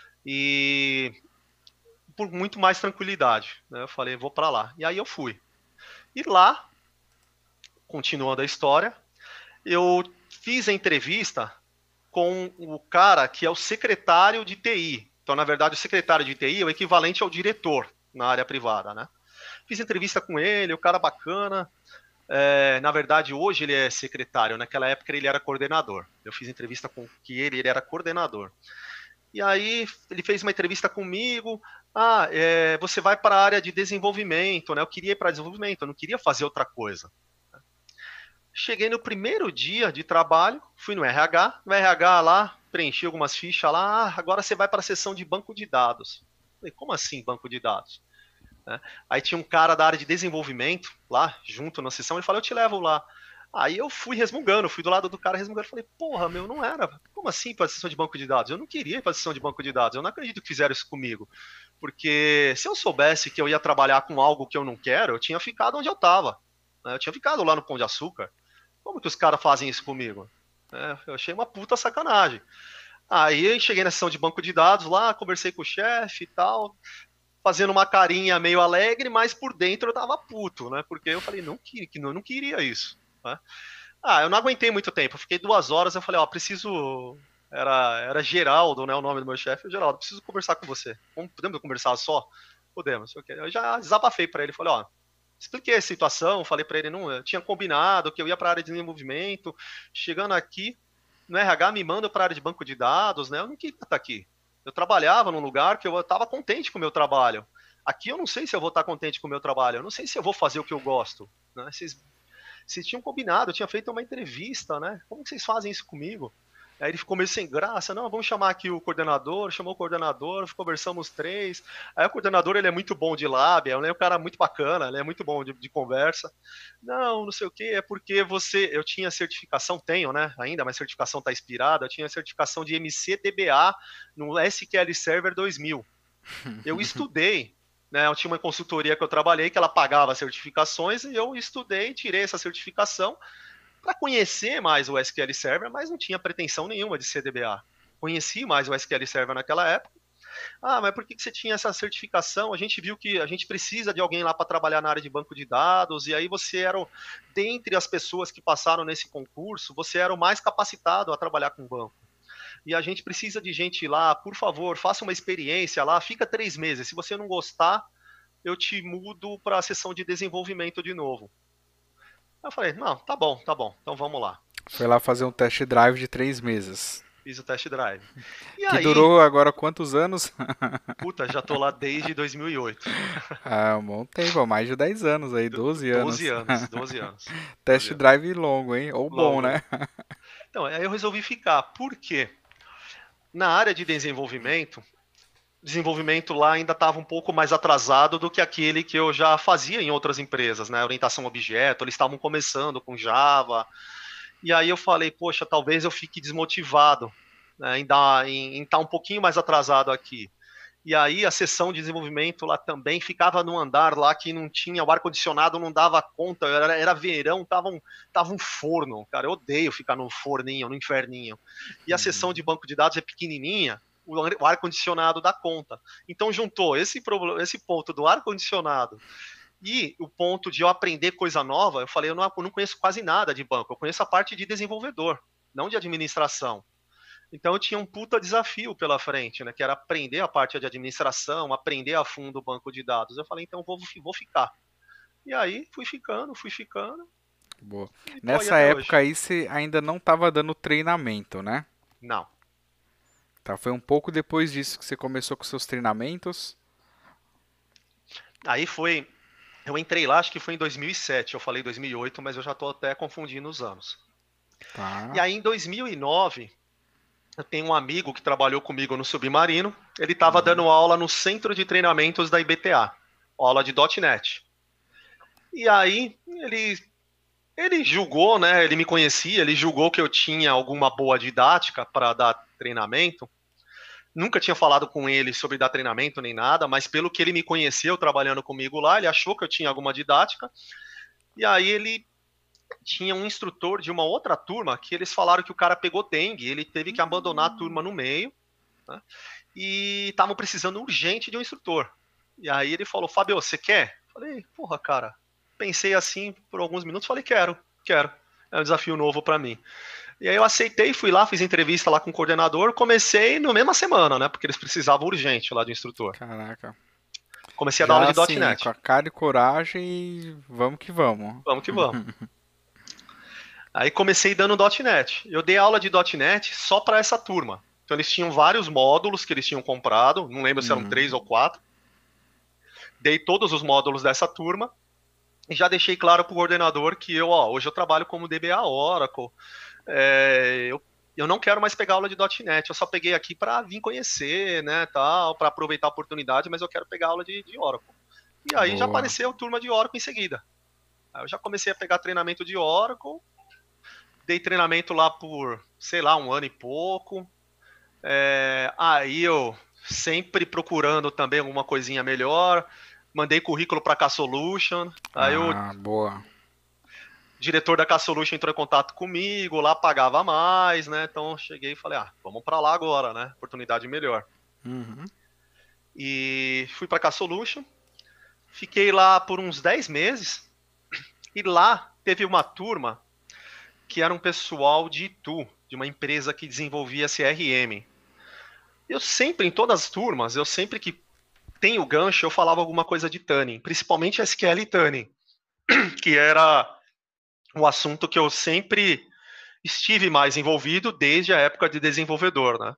e por muito mais tranquilidade. Né, eu falei, vou para lá. E aí eu fui. E lá, continuando a história, eu fiz a entrevista com o cara que é o secretário de T I. Então, na verdade, o secretário de T I é o equivalente ao diretor na área privada, né? Fiz entrevista com ele, o cara bacana. É, na verdade, hoje ele é secretário. Naquela época ele era coordenador. Eu fiz entrevista com que ele, ele era coordenador. E aí ele fez uma entrevista comigo. Ah, é, você vai para a área de desenvolvimento, né? Eu queria ir para desenvolvimento, eu não queria fazer outra coisa. Cheguei no primeiro dia de trabalho, fui no R H, no R H lá, preenchi algumas fichas lá, ah, agora você vai para a seção de banco de dados. Falei, como assim banco de dados? Né? Aí tinha um cara da área de desenvolvimento lá, junto na sessão, ele falou, eu te levo lá. Aí eu fui resmungando, fui do lado do cara resmungando, falei, porra, meu, não era. Como assim para a sessão de banco de dados? Eu não queria ir para a sessão de banco de dados, eu não acredito que fizeram isso comigo. Porque se eu soubesse que eu ia trabalhar com algo que eu não quero, eu tinha ficado onde eu estava. Eu tinha ficado lá no Pão de Açúcar. Como que os caras fazem isso comigo? É, eu achei uma puta sacanagem. Aí cheguei na sessão de banco de dados lá, conversei com o chefe e tal, fazendo uma carinha meio alegre, mas por dentro eu tava puto, né? Porque eu falei, não, que, que não, não queria isso. Né? Ah, eu não aguentei muito tempo, eu fiquei duas horas, eu falei, ó, preciso... Era, era Geraldo, né, o nome do meu chefe. Geraldo, preciso conversar com você. Podemos conversar só? Podemos. Eu já desabafei para ele, falei, ó, expliquei a situação, falei para ele, não, eu tinha combinado que eu ia para a área de desenvolvimento, chegando aqui, no R H me manda para a área de banco de dados, né? Eu não queria estar aqui. Eu trabalhava num lugar que eu estava contente com o meu trabalho. Aqui eu não sei se eu vou estar contente com o meu trabalho, eu não sei se eu vou fazer o que eu gosto. Né? Vocês Vocês tinham combinado, eu tinha feito uma entrevista, né? Como que vocês fazem isso comigo? Aí ele ficou meio sem graça, não, vamos chamar aqui o coordenador, chamou o coordenador, conversamos três. Aí o coordenador, ele é muito bom de lábia, ele é um cara muito bacana, ele é muito bom de, de conversa. Não, não sei o que, é porque você, eu tinha certificação, tenho, né, ainda, mas certificação está expirada, eu tinha certificação de M C D B A no S Q L Server dois mil. Eu estudei, né, eu tinha uma consultoria que eu trabalhei, que ela pagava certificações, e eu estudei, tirei essa certificação, para conhecer mais o S Q L Server, mas não tinha pretensão nenhuma de C D B A. Conheci mais o S Q L Server naquela época. Ah, mas por que você tinha essa certificação? A gente viu que a gente precisa de alguém lá para trabalhar na área de banco de dados, e aí você era, dentre as pessoas que passaram nesse concurso, você era o mais capacitado a trabalhar com banco. E a gente precisa de gente lá, por favor, faça uma experiência lá, fica três meses. Se você não gostar, eu te mudo para a sessão de desenvolvimento de novo. Eu falei, não, tá bom, tá bom, então vamos lá. Foi lá fazer um test drive de três meses. Fiz o test drive. E Que aí, durou agora quantos anos? puta, já tô lá desde dois mil e oito. Ah, um bom tempo, mais de dez anos aí, doze doze anos. anos, doze anos. Test doze anos. drive longo, hein? Ou bom, Longo, né? né? Então, aí eu resolvi ficar. Por quê? Na área de desenvolvimento, desenvolvimento lá ainda estava um pouco mais atrasado do que aquele que eu já fazia em outras empresas, né? Orientação a objeto, eles estavam começando com Java. E aí eu falei, poxa, talvez eu fique desmotivado, né, em estar em, em tá um pouquinho mais atrasado aqui. E aí a sessão de desenvolvimento lá também ficava num andar lá que não tinha, o ar-condicionado não dava conta, era, era verão, tava um, tava um forno, cara, eu odeio ficar no forninho, no inferninho. E a sessão de banco de dados é pequenininha, o ar-condicionado dá conta. Então juntou esse, esse ponto do ar-condicionado e o ponto de eu aprender coisa nova, eu falei, eu não, eu não conheço quase nada de banco, eu conheço a parte de desenvolvedor, não de administração. Então eu tinha um puta desafio pela frente, né? Que era aprender a parte de administração, aprender a fundo o banco de dados. Eu falei, então vou, vou ficar. E aí fui ficando, fui ficando. Boa. E tô aí Nessa até época hoje. aí você ainda não estava dando treinamento, né? Não. Tá, foi um pouco depois disso que você começou com seus treinamentos. Aí foi. Eu entrei lá, acho que foi em dois mil e sete. Eu falei dois mil e oito, mas eu já tô até confundindo os anos. E Tá. aí em dois mil e nove, eu tenho um amigo que trabalhou comigo no Submarino. Ele estava dando aula no centro de treinamentos da I B T A, aula de .NET. E aí ele ele julgou, né? Ele me conhecia, ele julgou que eu tinha alguma boa didática para dar treinamento. Nunca tinha falado com ele sobre dar treinamento nem nada, mas pelo que ele me conheceu trabalhando comigo lá, ele achou que eu tinha alguma didática. E aí ele tinha um instrutor de uma outra turma que eles falaram que o cara pegou dengue, ele teve que abandonar a turma no meio, né? E estavam precisando urgente de um instrutor. E aí ele falou, Fábio, você quer? Falei, porra, cara. Pensei assim por alguns minutos, falei, quero, quero. É um desafio novo para mim. E aí eu aceitei, fui lá, fiz entrevista lá com o coordenador, comecei na mesma semana, né? Porque eles precisavam urgente lá de instrutor. Caraca. Comecei a dar aula Já de assim, com .NET. a cara e coragem e vamos que vamos. Vamos que vamos. Aí comecei dando .NET. Eu dei aula de .NET só para essa turma. Então eles tinham vários módulos que eles tinham comprado, não lembro se eram Uhum. três ou quatro. Dei todos os módulos dessa turma e já deixei claro para o coordenador que eu, ó, hoje eu trabalho como D B A Oracle. É, eu, eu não quero mais pegar aula de .NET, eu só peguei aqui para vir conhecer, né, tal, para aproveitar a oportunidade, mas eu quero pegar aula de, de Oracle. E aí já Boa. apareceu turma de Oracle em seguida. Aí eu já comecei a pegar treinamento de Oracle, dei treinamento lá por, sei lá, um ano e pouco. É, aí eu sempre procurando também alguma coisinha melhor. Mandei currículo para a K-Solution. Aí o Ah, boa. diretor da K-Solution entrou em contato comigo, lá pagava mais, né? Então cheguei e falei, ah, vamos para lá agora, né? Oportunidade melhor. Uhum. E fui para a K-Solution. Fiquei lá por uns dez meses. E lá teve uma turma que era um pessoal de Itu, de uma empresa que desenvolvia C R M. Eu sempre, em todas as turmas, eu sempre que tem o gancho, eu falava alguma coisa de tuning, principalmente S Q L e tuning, que era o assunto que eu sempre estive mais envolvido desde a época de desenvolvedor, né?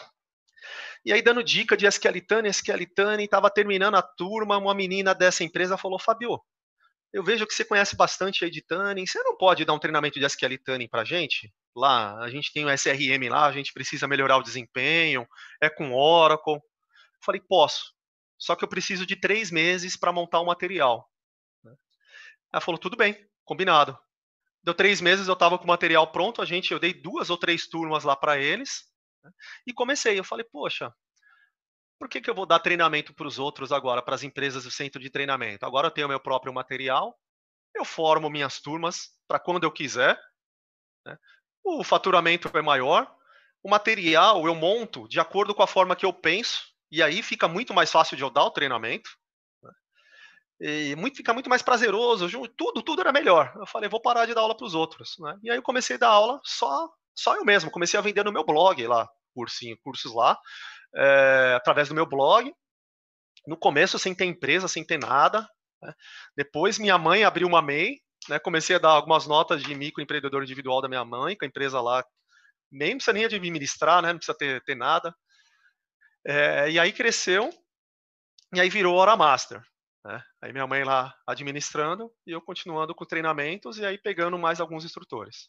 E aí, dando dica de S Q L tuning, S Q L tuning, estava terminando a turma, uma menina dessa empresa falou, Fabio, eu vejo que você conhece bastante aí de Tuning, você não pode dar um treinamento de S Q L Tuning pra gente? Lá, a gente tem o S R M lá, a gente precisa melhorar o desempenho, é com Oracle. Falei, posso, só que eu preciso de três meses para montar o material. Ela falou, tudo bem, combinado. Deu três meses, eu estava com o material pronto, a gente, eu dei duas ou três turmas lá para eles, né, e comecei. Eu falei, poxa, por que, que eu vou dar treinamento para os outros agora, para as empresas do centro de treinamento? Agora eu tenho meu próprio material, eu formo minhas turmas para quando eu quiser, né? O faturamento é maior, o material eu monto de acordo com a forma que eu penso, e aí fica muito mais fácil de eu dar o treinamento, né? E muito, fica muito mais prazeroso, tudo, tudo era melhor. Eu falei, vou parar de dar aula para os outros, né? E aí eu comecei a dar aula só, só eu mesmo, comecei a vender no meu blog lá, cursinho, cursos lá, é, através do meu blog. No começo, sem ter empresa, sem ter nada, né? Depois, minha mãe abriu uma M E I, né? Comecei a dar algumas notas de microempreendedor individual da minha mãe, com a empresa lá, nem precisa nem administrar, né? Não precisa ter, ter nada. É, e aí cresceu, e aí virou Hora Master, né? Aí minha mãe lá administrando, e eu continuando com treinamentos, e aí pegando mais alguns instrutores.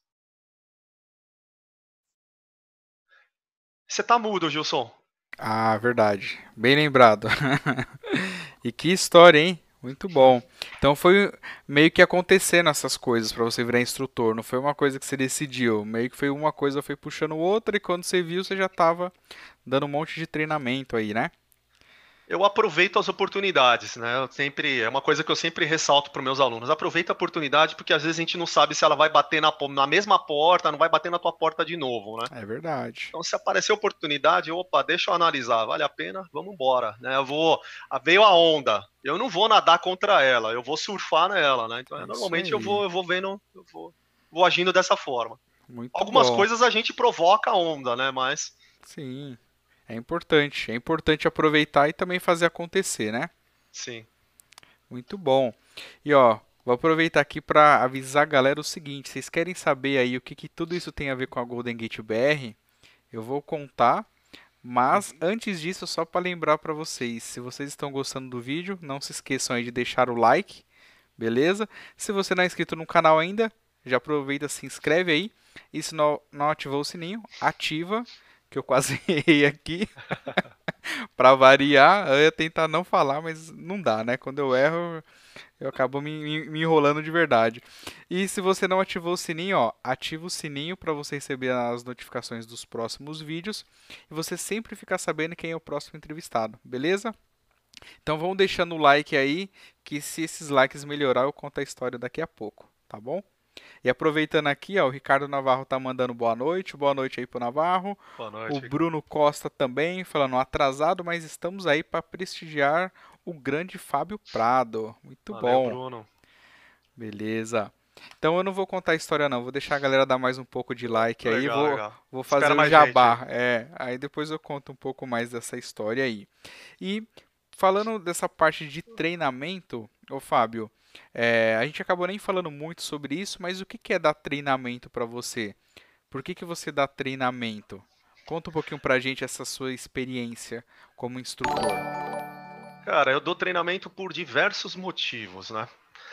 Você tá mudo, Gilson. Ah, verdade. Bem lembrado. E que história, hein? Muito bom. Então foi meio que acontecendo essas coisas para você virar instrutor. Não foi uma coisa que você decidiu. Meio que foi uma coisa foi puxando outra e quando você viu, você já estava dando um monte de treinamento aí, né? Eu aproveito as oportunidades, né? Eu sempre, é uma coisa que eu sempre ressalto para os meus alunos. Aproveita a oportunidade, porque às vezes a gente não sabe se ela vai bater na, na mesma porta, não vai bater na tua porta de novo, né? É verdade. Então, se aparecer oportunidade, opa, deixa eu analisar, vale a pena? Vamos embora, né? Eu vou, veio a onda, eu não vou nadar contra ela, eu vou surfar nela, né? Então, É isso normalmente eu aí. vou, eu vou vendo, eu vou, vou agindo dessa forma. Muito Algumas bom. coisas a gente provoca a onda, né? Mas, Sim. É importante. É importante aproveitar e também fazer acontecer, né? sim. Muito bom. E ó, vou aproveitar aqui para avisar a galera o seguinte: vocês querem saber aí o que, que tudo isso tem a ver com a Golden Gate B R? Eu vou contar, mas Uhum. antes disso, só para lembrar para vocês, se vocês estão gostando do vídeo, não se esqueçam aí de deixar o like, beleza? Se você não é inscrito no canal ainda, já aproveita, se inscreve aí. E se não, não ativou o sininho, ativa, que eu quase errei aqui. Para variar, eu ia tentar não falar, mas não dá, né? Quando eu erro, eu acabo me, me- me enrolando de verdade. E se você não ativou o sininho, ó, ativa o sininho para você receber as notificações dos próximos vídeos e você sempre ficar sabendo quem é o próximo entrevistado, beleza? Então vão deixando o like aí, que se esses likes melhorar, eu conto a história daqui a pouco, tá bom? E aproveitando aqui, ó, o Ricardo Navarro tá mandando boa noite, boa noite aí pro Navarro. Boa O noite, Ricardo. Bruno Costa também, falando atrasado, mas estamos aí para prestigiar o grande Fábio Prado. Muito Valeu, bom. Bruno. Beleza. Então eu não vou contar a história não, vou deixar a galera dar mais um pouco de like aí, Legal, vou, legal. vou fazer Espera o mais gente aí. jabá. É, aí depois eu conto um pouco mais dessa história aí. E falando dessa parte de treinamento, ô Fábio, é, a gente acabou nem falando muito sobre isso, mas o que que é dar treinamento para você? Por que que você dá treinamento? Conta um pouquinho pra gente essa sua experiência como instrutor. Cara, eu dou treinamento por diversos motivos, né?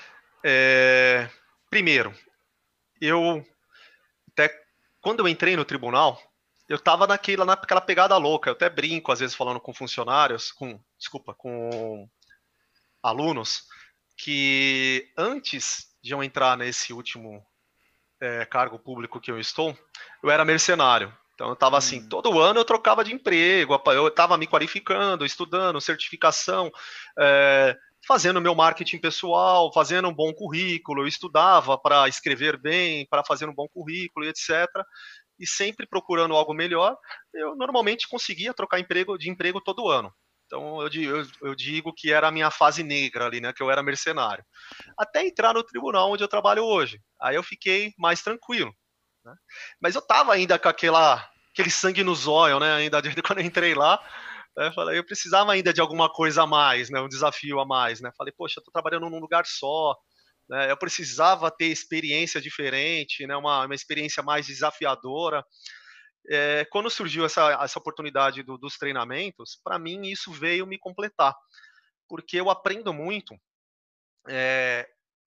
É, Primeiro, eu até quando eu entrei no tribunal, eu tava naquela, naquela pegada louca. Eu até brinco, às vezes, falando com funcionários, com, desculpa, com alunos, que antes de eu entrar nesse último é, cargo público que eu estou, eu era mercenário. Então eu estava assim, Hum, todo ano eu trocava de emprego, eu estava me qualificando, estudando, certificação, é, fazendo meu marketing pessoal, fazendo um bom currículo, eu estudava para escrever bem, para fazer um bom currículo e etcétera. E sempre procurando algo melhor, eu normalmente conseguia trocar emprego de emprego todo ano. Então eu, eu, eu digo que era a minha fase negra ali, né? Que eu era mercenário. Até entrar no tribunal onde eu trabalho hoje. Aí eu fiquei mais tranquilo, né? Mas eu tava ainda com aquela, aquele sangue no zóio, né? Ainda desde quando eu entrei lá, né? Falei, eu precisava ainda de alguma coisa a mais, né? Um desafio a mais, né? Falei, poxa, eu tô trabalhando num lugar só, né? Eu precisava ter experiência diferente, né? Uma, uma experiência mais desafiadora. É, quando surgiu essa, essa oportunidade do, dos treinamentos, para mim isso veio me completar, porque eu aprendo muito é,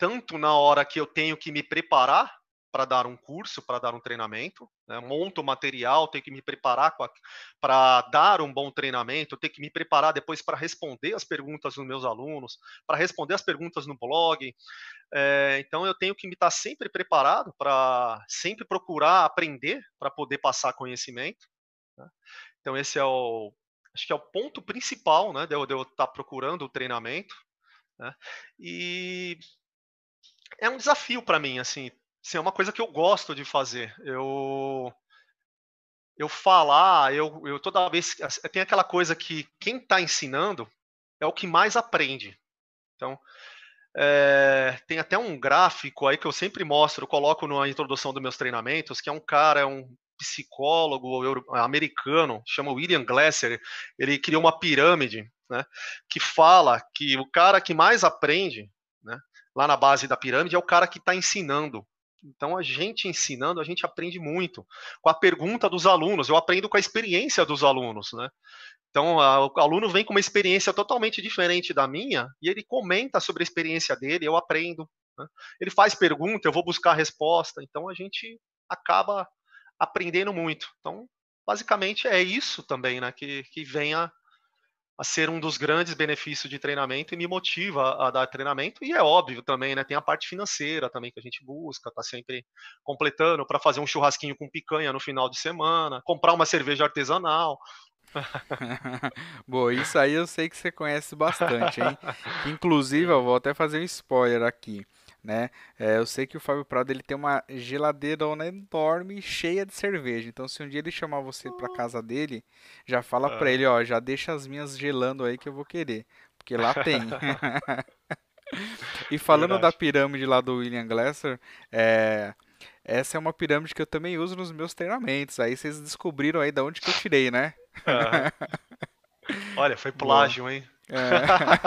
tanto na hora que eu tenho que me preparar para dar um curso, para dar um treinamento, né? Monto o material, tenho que me preparar para dar um bom treinamento, tenho que me preparar depois para responder as perguntas dos meus alunos, para responder as perguntas no blog. É, então eu tenho que me estar sempre preparado para sempre procurar aprender para poder passar conhecimento, né? Então esse é o, acho que é o ponto principal, né, de eu, de eu estar procurando o treinamento, né? E é um desafio para mim, assim, assim, é uma coisa que eu gosto de fazer. Eu eu falar, eu, eu toda vez tem aquela coisa que quem está ensinando é o que mais aprende. Então, é, tem até um gráfico aí que eu sempre mostro, eu coloco na introdução dos meus treinamentos, que é um cara, é um psicólogo euro, americano, chama William Glasser. Ele criou uma pirâmide, né, que fala que o cara que mais aprende, né, lá na base da pirâmide é o cara que está ensinando. Então, a gente ensinando, a gente aprende muito. Com a pergunta dos alunos, eu aprendo com a experiência dos alunos, né? Então, a, o aluno vem com uma experiência totalmente diferente da minha e ele comenta sobre a experiência dele, eu aprendo, né? Ele faz pergunta, eu vou buscar a resposta. Então, a gente acaba aprendendo muito. Então, basicamente, é isso também, né, que, que vem a, a ser um dos grandes benefícios de treinamento e me motiva a, a dar treinamento. E é óbvio também, né, tem a parte financeira também que a gente busca, tá sempre completando para fazer um churrasquinho com picanha no final de semana, comprar uma cerveja artesanal. Boa, isso aí eu sei que você conhece bastante, hein? Que inclusive eu vou até fazer um spoiler aqui, né? É, eu sei que o Fábio Prado ele tem uma geladeirona enorme cheia de cerveja. Então, se um dia ele chamar você pra casa dele, já fala pra Ah. ele, ó, já deixa as minhas gelando aí que eu vou querer, porque lá tem. E falando da Verdade. pirâmide lá do William Glasser, é, essa é uma pirâmide que eu também uso nos meus treinamentos. Aí vocês descobriram aí da onde que eu tirei, né? Aham. Olha, foi Boa. plágio, hein? É.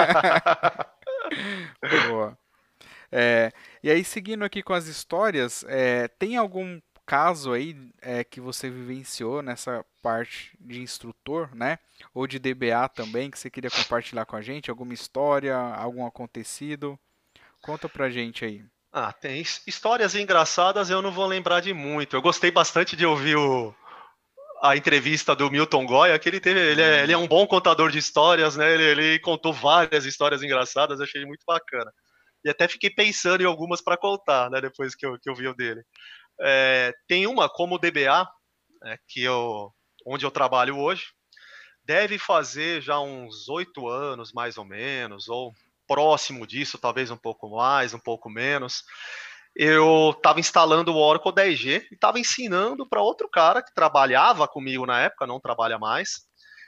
Boa. É, e aí, seguindo aqui com as histórias, é, tem algum caso aí é, que você vivenciou nessa parte de instrutor, né? Ou de D B A também, que você queria compartilhar com a gente? Alguma história, algum acontecido? Conta pra gente aí. Ah, tem his- histórias engraçadas, eu não vou lembrar de muito. Eu gostei bastante de ouvir o, a entrevista do Milton Goya, que ele teve, ele é, ele é Hum. um bom contador de histórias, né? Ele, ele contou várias histórias engraçadas, achei muito bacana. E até fiquei pensando em algumas para contar, né? Depois que eu, que eu vi o dele. É, tem uma como o D B A, né, que eu, onde eu trabalho hoje, deve fazer já uns oito anos, mais ou menos, ou próximo disso, talvez um pouco mais, um pouco menos. Eu estava instalando o Oracle dez G e estava ensinando para outro cara que trabalhava comigo na época, não trabalha mais.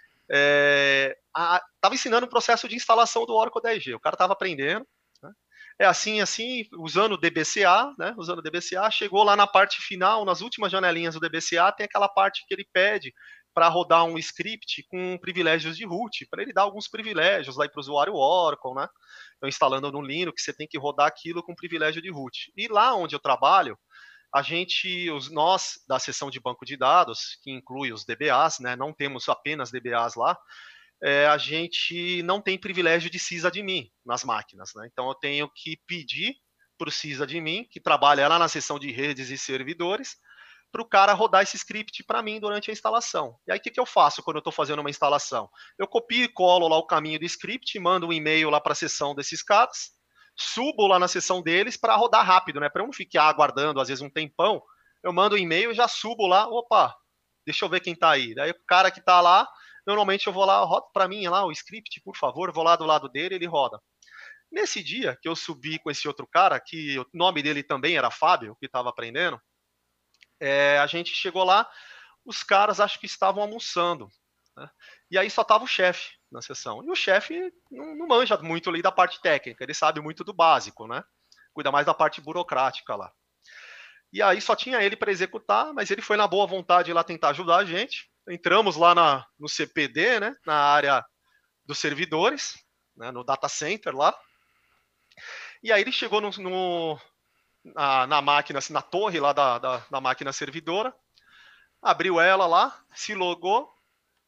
Estava ensinando o processo de instalação do Oracle dez G. O cara estava aprendendo, né? É assim, assim, usando o D B C A, né? Usando o D B C A, chegou lá na parte final, nas últimas janelinhas do D B C A, tem aquela parte que ele pede para rodar um script com privilégios de root, para ele dar alguns privilégios lá para o usuário Oracle, né? Então, instalando no Linux, você tem que rodar aquilo com privilégio de root. E lá onde eu trabalho, a gente, os nós da seção de banco de dados, que inclui os D B As, né? Não temos apenas D B As lá, é, a gente não tem privilégio de sysadmin nas máquinas, né? Então eu tenho que pedir para o sysadmin, que trabalha lá na seção de redes e servidores, para o cara rodar esse script para mim durante a instalação. E aí o que, que eu faço quando eu estou fazendo uma instalação? Eu copio e colo lá o caminho do script, mando um e-mail lá para a seção desses caras, subo lá na seção deles para rodar rápido, né? Para eu não ficar aguardando às vezes um tempão. Eu mando um e-mail e já subo lá, opa, deixa eu ver quem está aí. Daí o cara que está lá, normalmente eu vou lá, roda para mim lá o script, por favor, vou lá do lado dele, ele roda. Nesse dia que eu subi com esse outro cara, que o nome dele também era Fábio, que estava aprendendo, é, a gente chegou lá, os caras acho que estavam almoçando, né? E aí só tava o chefe na sessão. E o chefe não, não manja muito ali da parte técnica, ele sabe muito do básico, né? Cuida mais da parte burocrática lá. E aí só tinha ele para executar, mas ele foi na boa vontade lá tentar ajudar a gente. Entramos lá na, no C P D, né, na área dos servidores, né, no data center lá. E aí ele chegou no, no, na, na máquina, assim, na torre lá da, da, da máquina servidora, abriu ela lá, se logou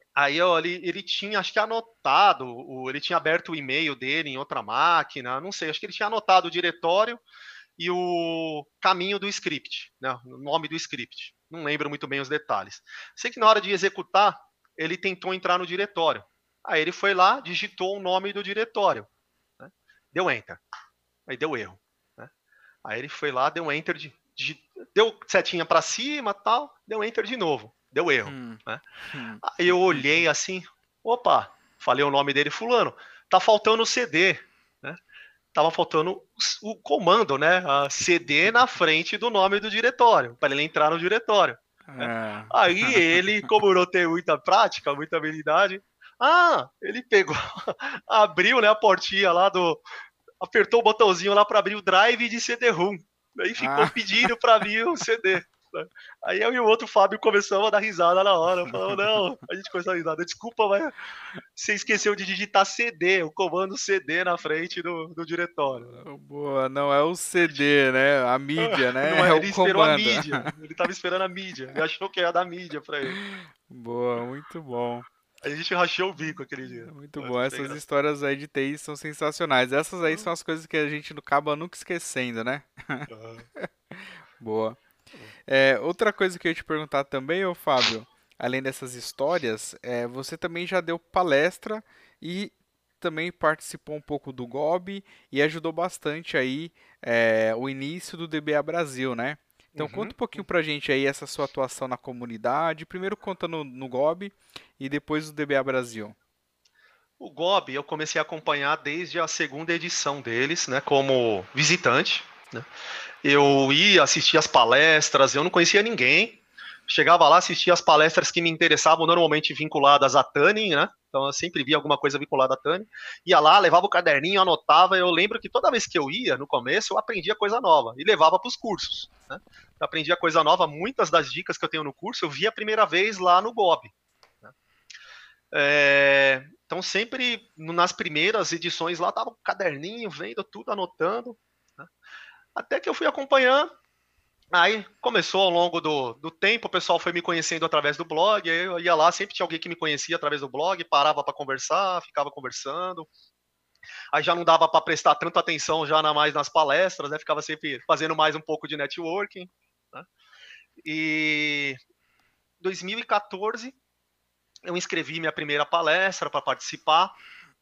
Aí eu, ele, ele tinha, acho que anotado, o, ele tinha aberto o e-mail dele em outra máquina, não sei, acho que ele tinha anotado o diretório e o caminho do script, né, o nome do script. Não lembro muito bem os detalhes. Sei que na hora de executar, ele tentou entrar no diretório. Aí ele foi lá, digitou o nome do diretório, né, deu enter, aí deu erro, né. Aí ele foi lá, deu enter, de, de, deu setinha para cima, tal, deu enter de novo, deu erro, Hum. né. Hum. Aí eu olhei assim, opa, falei o nome dele, fulano, tá faltando o C D, né? Tava faltando o comando, né? A C D na frente do nome do diretório, para ele entrar no diretório. Né? É. Aí ele, como não tem muita prática, muita habilidade, ah, ele pegou, abriu, né, a portinha lá do, apertou o botãozinho lá para abrir o drive de C D-ROM. Aí ficou Ah. pedindo para abrir o C D. Né? Aí eu e o outro Fábio começamos a dar risada na hora. Falou, não, a gente começou a dar risada. Desculpa, mas você esqueceu de digitar C D, o comando C D na frente do, do diretório. Boa, não é o C D, né? A mídia, Não né? É é, o ele esperou a comando. mídia. Ele tava esperando a mídia. Ele achou que ia dar mídia para ele. Boa, muito bom. Aí a gente rachou o bico aquele dia. Muito Mas bom. foi Essas engraçado. histórias aí de T I são sensacionais. Essas aí são as coisas que a gente acaba nunca esquecendo, né? Uhum. Boa. É, outra coisa que eu ia te perguntar também, ô Fábio, além dessas histórias, é, você também já deu palestra e também participou um pouco do G O B e ajudou bastante aí é, o início do D B A Brasil, né? Então conta Uhum. um pouquinho pra gente aí essa sua atuação na comunidade. Primeiro conta no, no G O B e depois o D B A Brasil. O G O B eu comecei a acompanhar desde a segunda edição deles, né, como visitante. Né? Eu ia assistir as palestras, eu não conhecia ninguém. Chegava lá, assistia as palestras que me interessavam, normalmente vinculadas à Tânia, né? Então eu sempre via alguma coisa vinculada à Tânia. Ia lá, levava o caderninho, anotava. Eu lembro que toda vez que eu ia, no começo, eu aprendia coisa nova e levava para os cursos. Né? Eu aprendia coisa nova, muitas das dicas que eu tenho no curso eu vi a primeira vez lá no G O B. Né? É, então sempre nas primeiras edições lá tava o caderninho, vendo tudo, anotando. Né? Até que eu fui acompanhando. Aí começou ao longo do, do tempo, o pessoal foi me conhecendo através do blog, aí eu ia lá, sempre tinha alguém que me conhecia através do blog, parava para conversar, ficava conversando. Aí já não dava para prestar tanta atenção já na, mais nas palestras, né? Ficava sempre fazendo mais um pouco de networking. Né? E em dois mil e quatorze eu inscrevi minha primeira palestra para participar.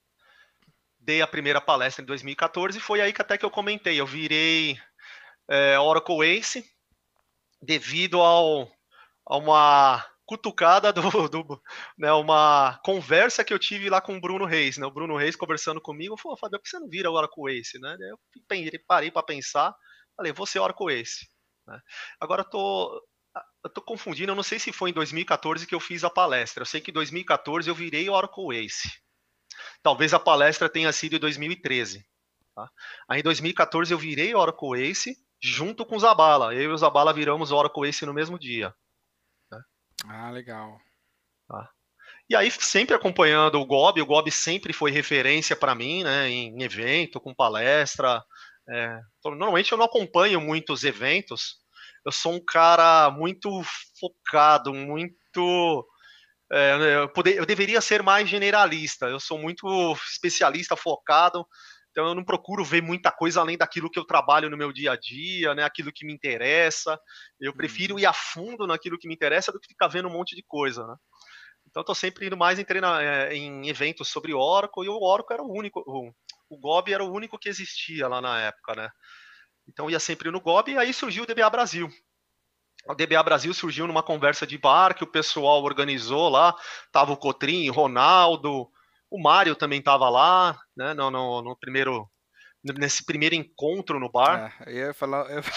Dei a primeira palestra em dois mil e quatorze e foi aí que até que eu comentei. Eu virei é, Oracle Ace devido ao, a uma cutucada do, do né, uma conversa que eu tive lá com o Bruno Reis, né? O Bruno Reis conversando comigo, falou, Fábio, por que você não vira Oracle Ace, né? Eu parei para pensar, falei, vou ser Oracle Ace. Né? Agora eu tô eu tô confundindo, eu não sei se foi em dois mil e quatorze que eu fiz a palestra. Eu sei que em dois mil e quatorze eu virei Oracle Ace. Talvez a palestra tenha sido em dois mil e treze. Tá? Aí em dois mil e quatorze eu virei Oracle Ace junto com o Zabala. Eu e o Zabala viramos Oracle Ace no mesmo dia. Né? Ah, legal. Tá? E aí sempre acompanhando o G O B, o G O B sempre foi referência para mim, né, em evento, com palestra. É, normalmente eu não acompanho muitos eventos, eu sou um cara muito focado, muito é, eu, poder, eu deveria ser mais generalista. Eu sou muito especialista, focado. Então eu não procuro ver muita coisa além daquilo que eu trabalho no meu dia a dia, né? Aquilo que me interessa. Eu prefiro Uhum. ir a fundo naquilo que me interessa do que ficar vendo um monte de coisa, né? Então estou sempre indo mais em, treina, é, em eventos sobre Oracle e o Oracle era o único, o, o G O B era o único que existia lá na época, né? Então ia sempre no G O B e aí surgiu o D B A Brasil. O D B A Brasil surgiu numa conversa de bar que o pessoal organizou lá. Tava o Cotrim, Ronaldo, o Mário também tava lá, né? No, no, no primeiro, nesse primeiro encontro no bar. É, eu ia falar, eu,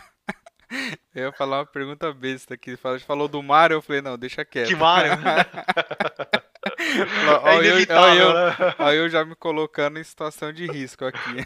eu ia falar uma pergunta besta aqui. Fala- Falou do Mario, eu falei, não, deixa Que quieto. Mário? É Olha eu, ó inevitável, eu, né? ó eu já me colocando em situação de risco aqui.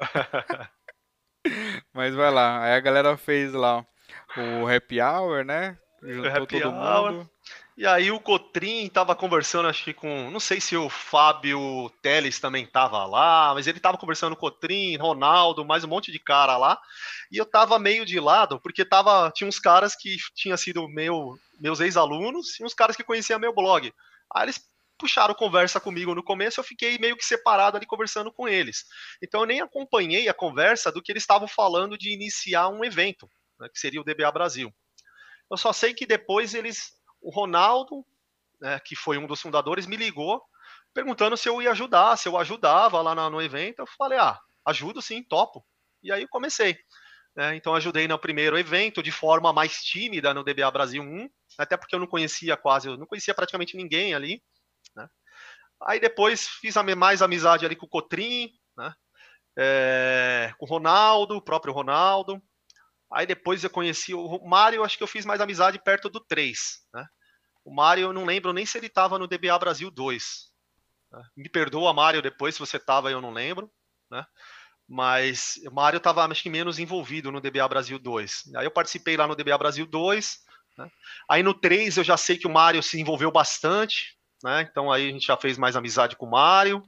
Mas vai lá. Aí a galera fez lá o happy hour, né? Juntou Happy todo Hour. mundo. E aí o Cotrim tava conversando, acho que com, não sei se o Fábio Teles também tava lá, mas ele tava conversando com o Cotrim, Ronaldo, mais um monte de cara lá. E eu tava meio de lado, porque tava, tinha uns caras que tinham sido meu, meus ex-alunos e uns caras que conheciam meu blog. Aí eles puxaram conversa comigo no começo, eu fiquei meio que separado ali conversando com eles. Então eu nem acompanhei a conversa do que eles estavam falando de iniciar um evento, né, que seria o D B A Brasil. Eu só sei que depois eles, o Ronaldo, né, que foi um dos fundadores, me ligou perguntando se eu ia ajudar, se eu ajudava lá no evento. Eu falei, ah, ajudo sim, topo. E aí eu comecei. Né? Então ajudei no primeiro evento de forma mais tímida no D B A Brasil um, até porque eu não conhecia quase, eu não conhecia praticamente ninguém ali. Né? Aí depois fiz mais amizade ali com o Cotrim, né? É, com o Ronaldo, o próprio Ronaldo. Aí depois eu conheci o Mário, acho que eu fiz mais amizade perto do três. Né? O Mário, eu não lembro nem se ele estava no D B A Brasil dois. Né? Me perdoa, Mário, depois se você estava, eu não lembro. Né? Mas o Mário estava, acho que, menos envolvido no D B A Brasil dois. Aí eu participei lá no D B A Brasil dois. Né? Aí no três eu já sei que o Mário se envolveu bastante. Né? Então aí a gente já fez mais amizade com o Mário.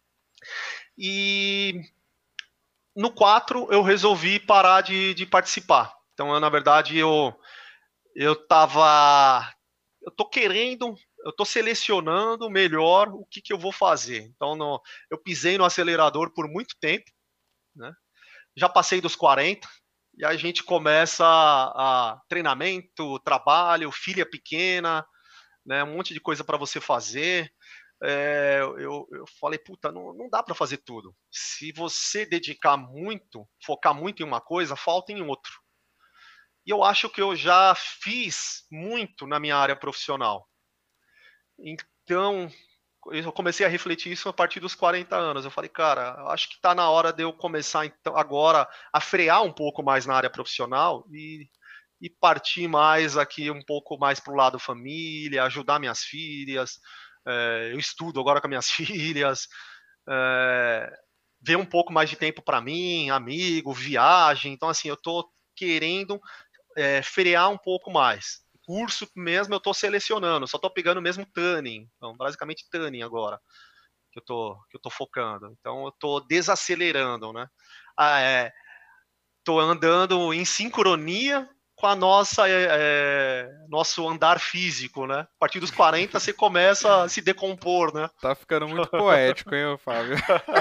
E no quatro eu resolvi parar de, de participar. Então, eu, na verdade, eu eu tava eu tô querendo, eu tô selecionando melhor o que, que eu vou fazer. Então, no, eu pisei no acelerador por muito tempo, né? Já passei dos quarenta e a gente começa a, a treinamento, trabalho, filha pequena, né? Um monte de coisa para você fazer. É, eu, eu falei, puta, não, não dá para fazer tudo. Se você dedicar muito, focar muito em uma coisa, falta em outro. E eu acho que eu já fiz muito na minha área profissional. Então, eu comecei a refletir isso a partir dos quarenta anos. Eu falei, cara, eu acho que está na hora de eu começar então, agora a frear um pouco mais na área profissional e, e partir mais aqui um pouco mais para o lado família, ajudar minhas filhas. É, eu estudo agora com minhas filhas. É, ver um pouco mais de tempo para mim, amigo, viagem. Então, assim, eu estou querendo é, frear um pouco mais. Curso mesmo eu estou selecionando, só estou pegando mesmo Tanning, então basicamente Tanning agora que eu tô que eu tô focando. Então eu estou desacelerando, né? Ah, é, tô andando em sincronia com a nossa é, é, nosso andar físico, né? A partir dos quarenta você começa a se decompor, né? Tá ficando muito poético, hein, ô Fábio?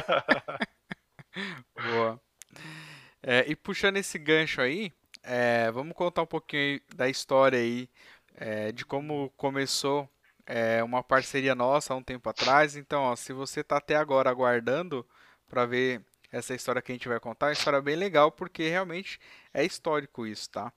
Boa. É, e puxando esse gancho aí, é, vamos contar um pouquinho aí da história aí, é, de como começou é, uma parceria nossa há um tempo atrás. Então, ó, se você tá até agora aguardando para ver essa história que a gente vai contar, é uma história bem legal, porque realmente é histórico isso, tá?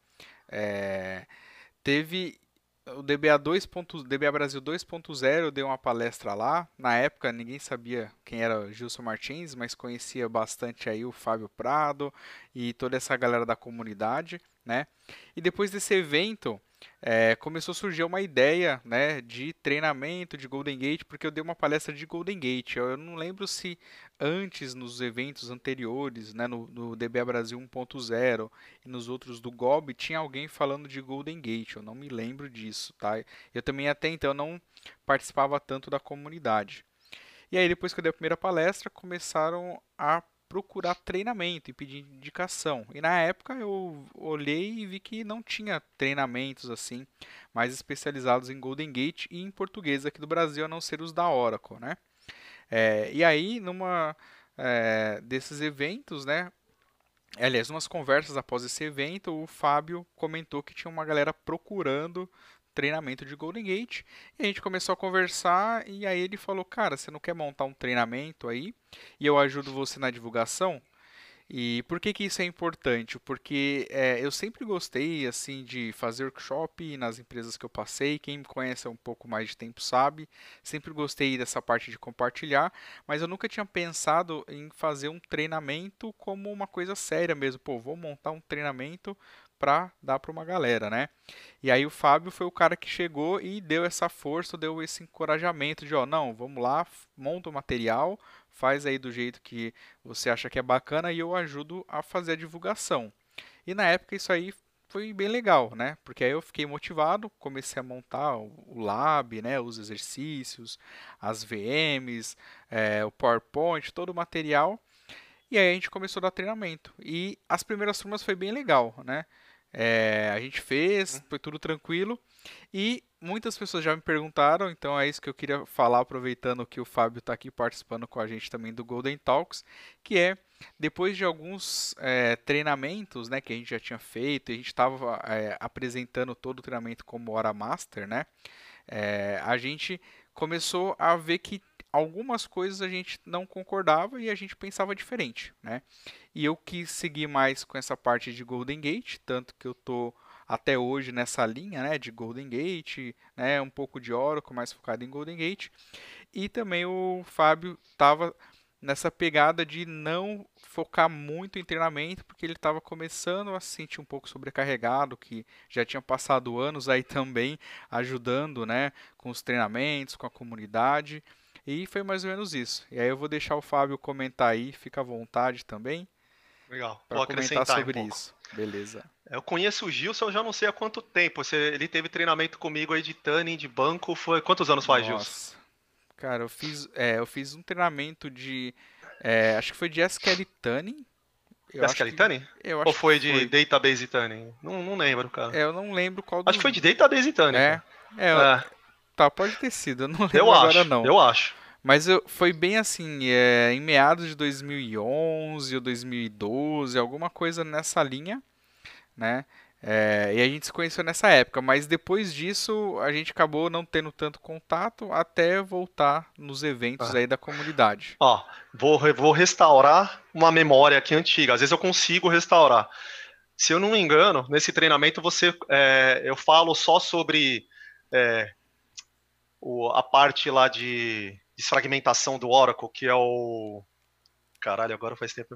É, teve o D B A dois. D B A Brasil dois ponto zero, deu uma palestra lá. Na época ninguém sabia quem era o Gilson Martins, mas conhecia bastante aí o Fábio Prado e toda essa galera da comunidade, né? E depois desse evento, é, começou a surgir uma ideia, né, de treinamento de Golden Gate, porque eu dei uma palestra de Golden Gate. Eu não lembro se antes, nos eventos anteriores, né, no, no D B A Brasil um ponto zero e nos outros do G O B, tinha alguém falando de Golden Gate. Eu não me lembro disso, tá? Eu também até então não participava tanto da comunidade. E aí, depois que eu dei a primeira palestra, começaram a procurar treinamento e pedir indicação. E na época eu olhei e vi que não tinha treinamentos assim mais especializados em Golden Gate e em português aqui do Brasil, a não ser os da Oracle, né? É, e aí, numa é, desses eventos, né? Aliás, umas conversas após esse evento, o Fábio comentou que tinha uma galera procurando treinamento de Golden Gate. E a gente começou a conversar e aí ele falou: "Cara, você não quer montar um treinamento aí e eu ajudo você na divulgação?" E por que que isso é importante? Porque é, eu sempre gostei assim de fazer workshop nas empresas que eu passei. Quem me conhece há um pouco mais de tempo sabe. Sempre gostei dessa parte de compartilhar, mas eu nunca tinha pensado em fazer um treinamento como uma coisa séria mesmo. Pô, vou montar um treinamento para dar para uma galera, né? E aí o Fábio foi o cara que chegou e deu essa força, deu esse encorajamento de, ó, não, vamos lá, monta o material, faz aí do jeito que você acha que é bacana e eu ajudo a fazer a divulgação. E na época isso aí foi bem legal, né? Porque aí eu fiquei motivado, comecei a montar o lab, né? Os exercícios, as V Ms, é, o PowerPoint, todo o material. E aí a gente começou a dar treinamento. E as primeiras turmas foi bem legal, né? É, a gente fez, Uhum. foi tudo tranquilo. E muitas pessoas já me perguntaram, então é isso que eu queria falar, aproveitando que o Fábio está aqui participando com a gente também do Golden Talks, que é depois de alguns é, treinamentos, né, que a gente já tinha feito, a gente estava é, apresentando todo o treinamento como hora master, né? É, a gente começou a ver que algumas coisas a gente não concordava e a gente pensava diferente, né? E eu quis seguir mais com essa parte de Golden Gate, tanto que eu tô até hoje nessa linha, né, de Golden Gate, né, um pouco de Oracle, mais focado em Golden Gate. E também o Fábio estava nessa pegada de não focar muito em treinamento, porque ele estava começando a se sentir um pouco sobrecarregado, que já tinha passado anos aí também ajudando, né, com os treinamentos, com a comunidade. E foi mais ou menos isso. E aí eu vou deixar o Fábio comentar aí, fica à vontade também Legal, para vou comentar acrescentar aí um sobre pouco. isso. Beleza. Eu conheço o Gilson, eu já não sei há quanto tempo. Você- ele teve treinamento comigo aí de tanning, de banco. Foi quantos anos faz, Gilson? Nossa, cara, eu fiz, é, eu fiz um treinamento de, é, acho que foi de skeleton Tuning. Eu acho Pascal que, Tanning? eu Ou acho que foi de foi. Database Tanning? Não, não lembro, cara. É, eu não lembro qual Acho que dos. foi de Database Tanning, É, cara. é, É, tá, pode ter sido, eu não eu lembro agora acho, não. eu acho. Mas eu, foi bem assim, é, em meados de dois mil e onze ou dois mil e doze, alguma coisa nessa linha, né? É, e a gente se conheceu nessa época, mas depois disso a gente acabou não tendo tanto contato até voltar nos eventos É. aí da comunidade. Ó, vou, re- vou restaurar uma memória aqui antiga. Às vezes eu consigo restaurar. Se eu não me engano, nesse treinamento você, é, eu falo só sobre é, o- a parte lá de desfragmentação do Oracle, que é o. Caralho, agora faz tempo.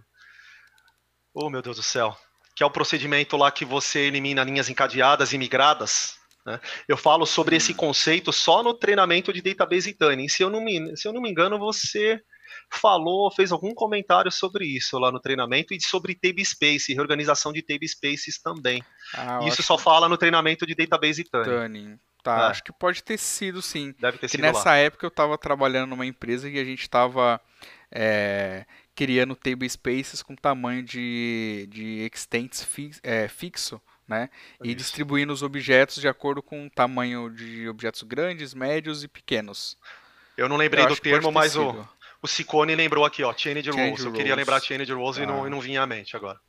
Oh, meu Deus do céu. Que é o procedimento lá que você elimina linhas encadeadas e migradas. Né? Eu falo sobre esse Hum, conceito só no treinamento de Database Tuning. Se eu não me, se eu não me engano, você falou, fez algum comentário sobre isso lá no treinamento e sobre Table Space, reorganização de Table Spaces também. ah, eu E isso acho só que fala no treinamento de Database Tuning. Tuning. Tá, É, acho que pode ter sido sim. deve ter Que sido lá. nessa época eu estava trabalhando numa empresa e a gente estava é, criando table spaces com tamanho de, de extents fi, é, fixo, né? E Isso. distribuindo os objetos de acordo com o tamanho de objetos grandes, médios e pequenos. Eu não Eu lembrei do acho que pode termo, ter mas o, sido. o Ciccone lembrou aqui, ó, Change Change Rules. Eu queria lembrar roles. Change Rules e não, e Tá. não vinha à mente agora.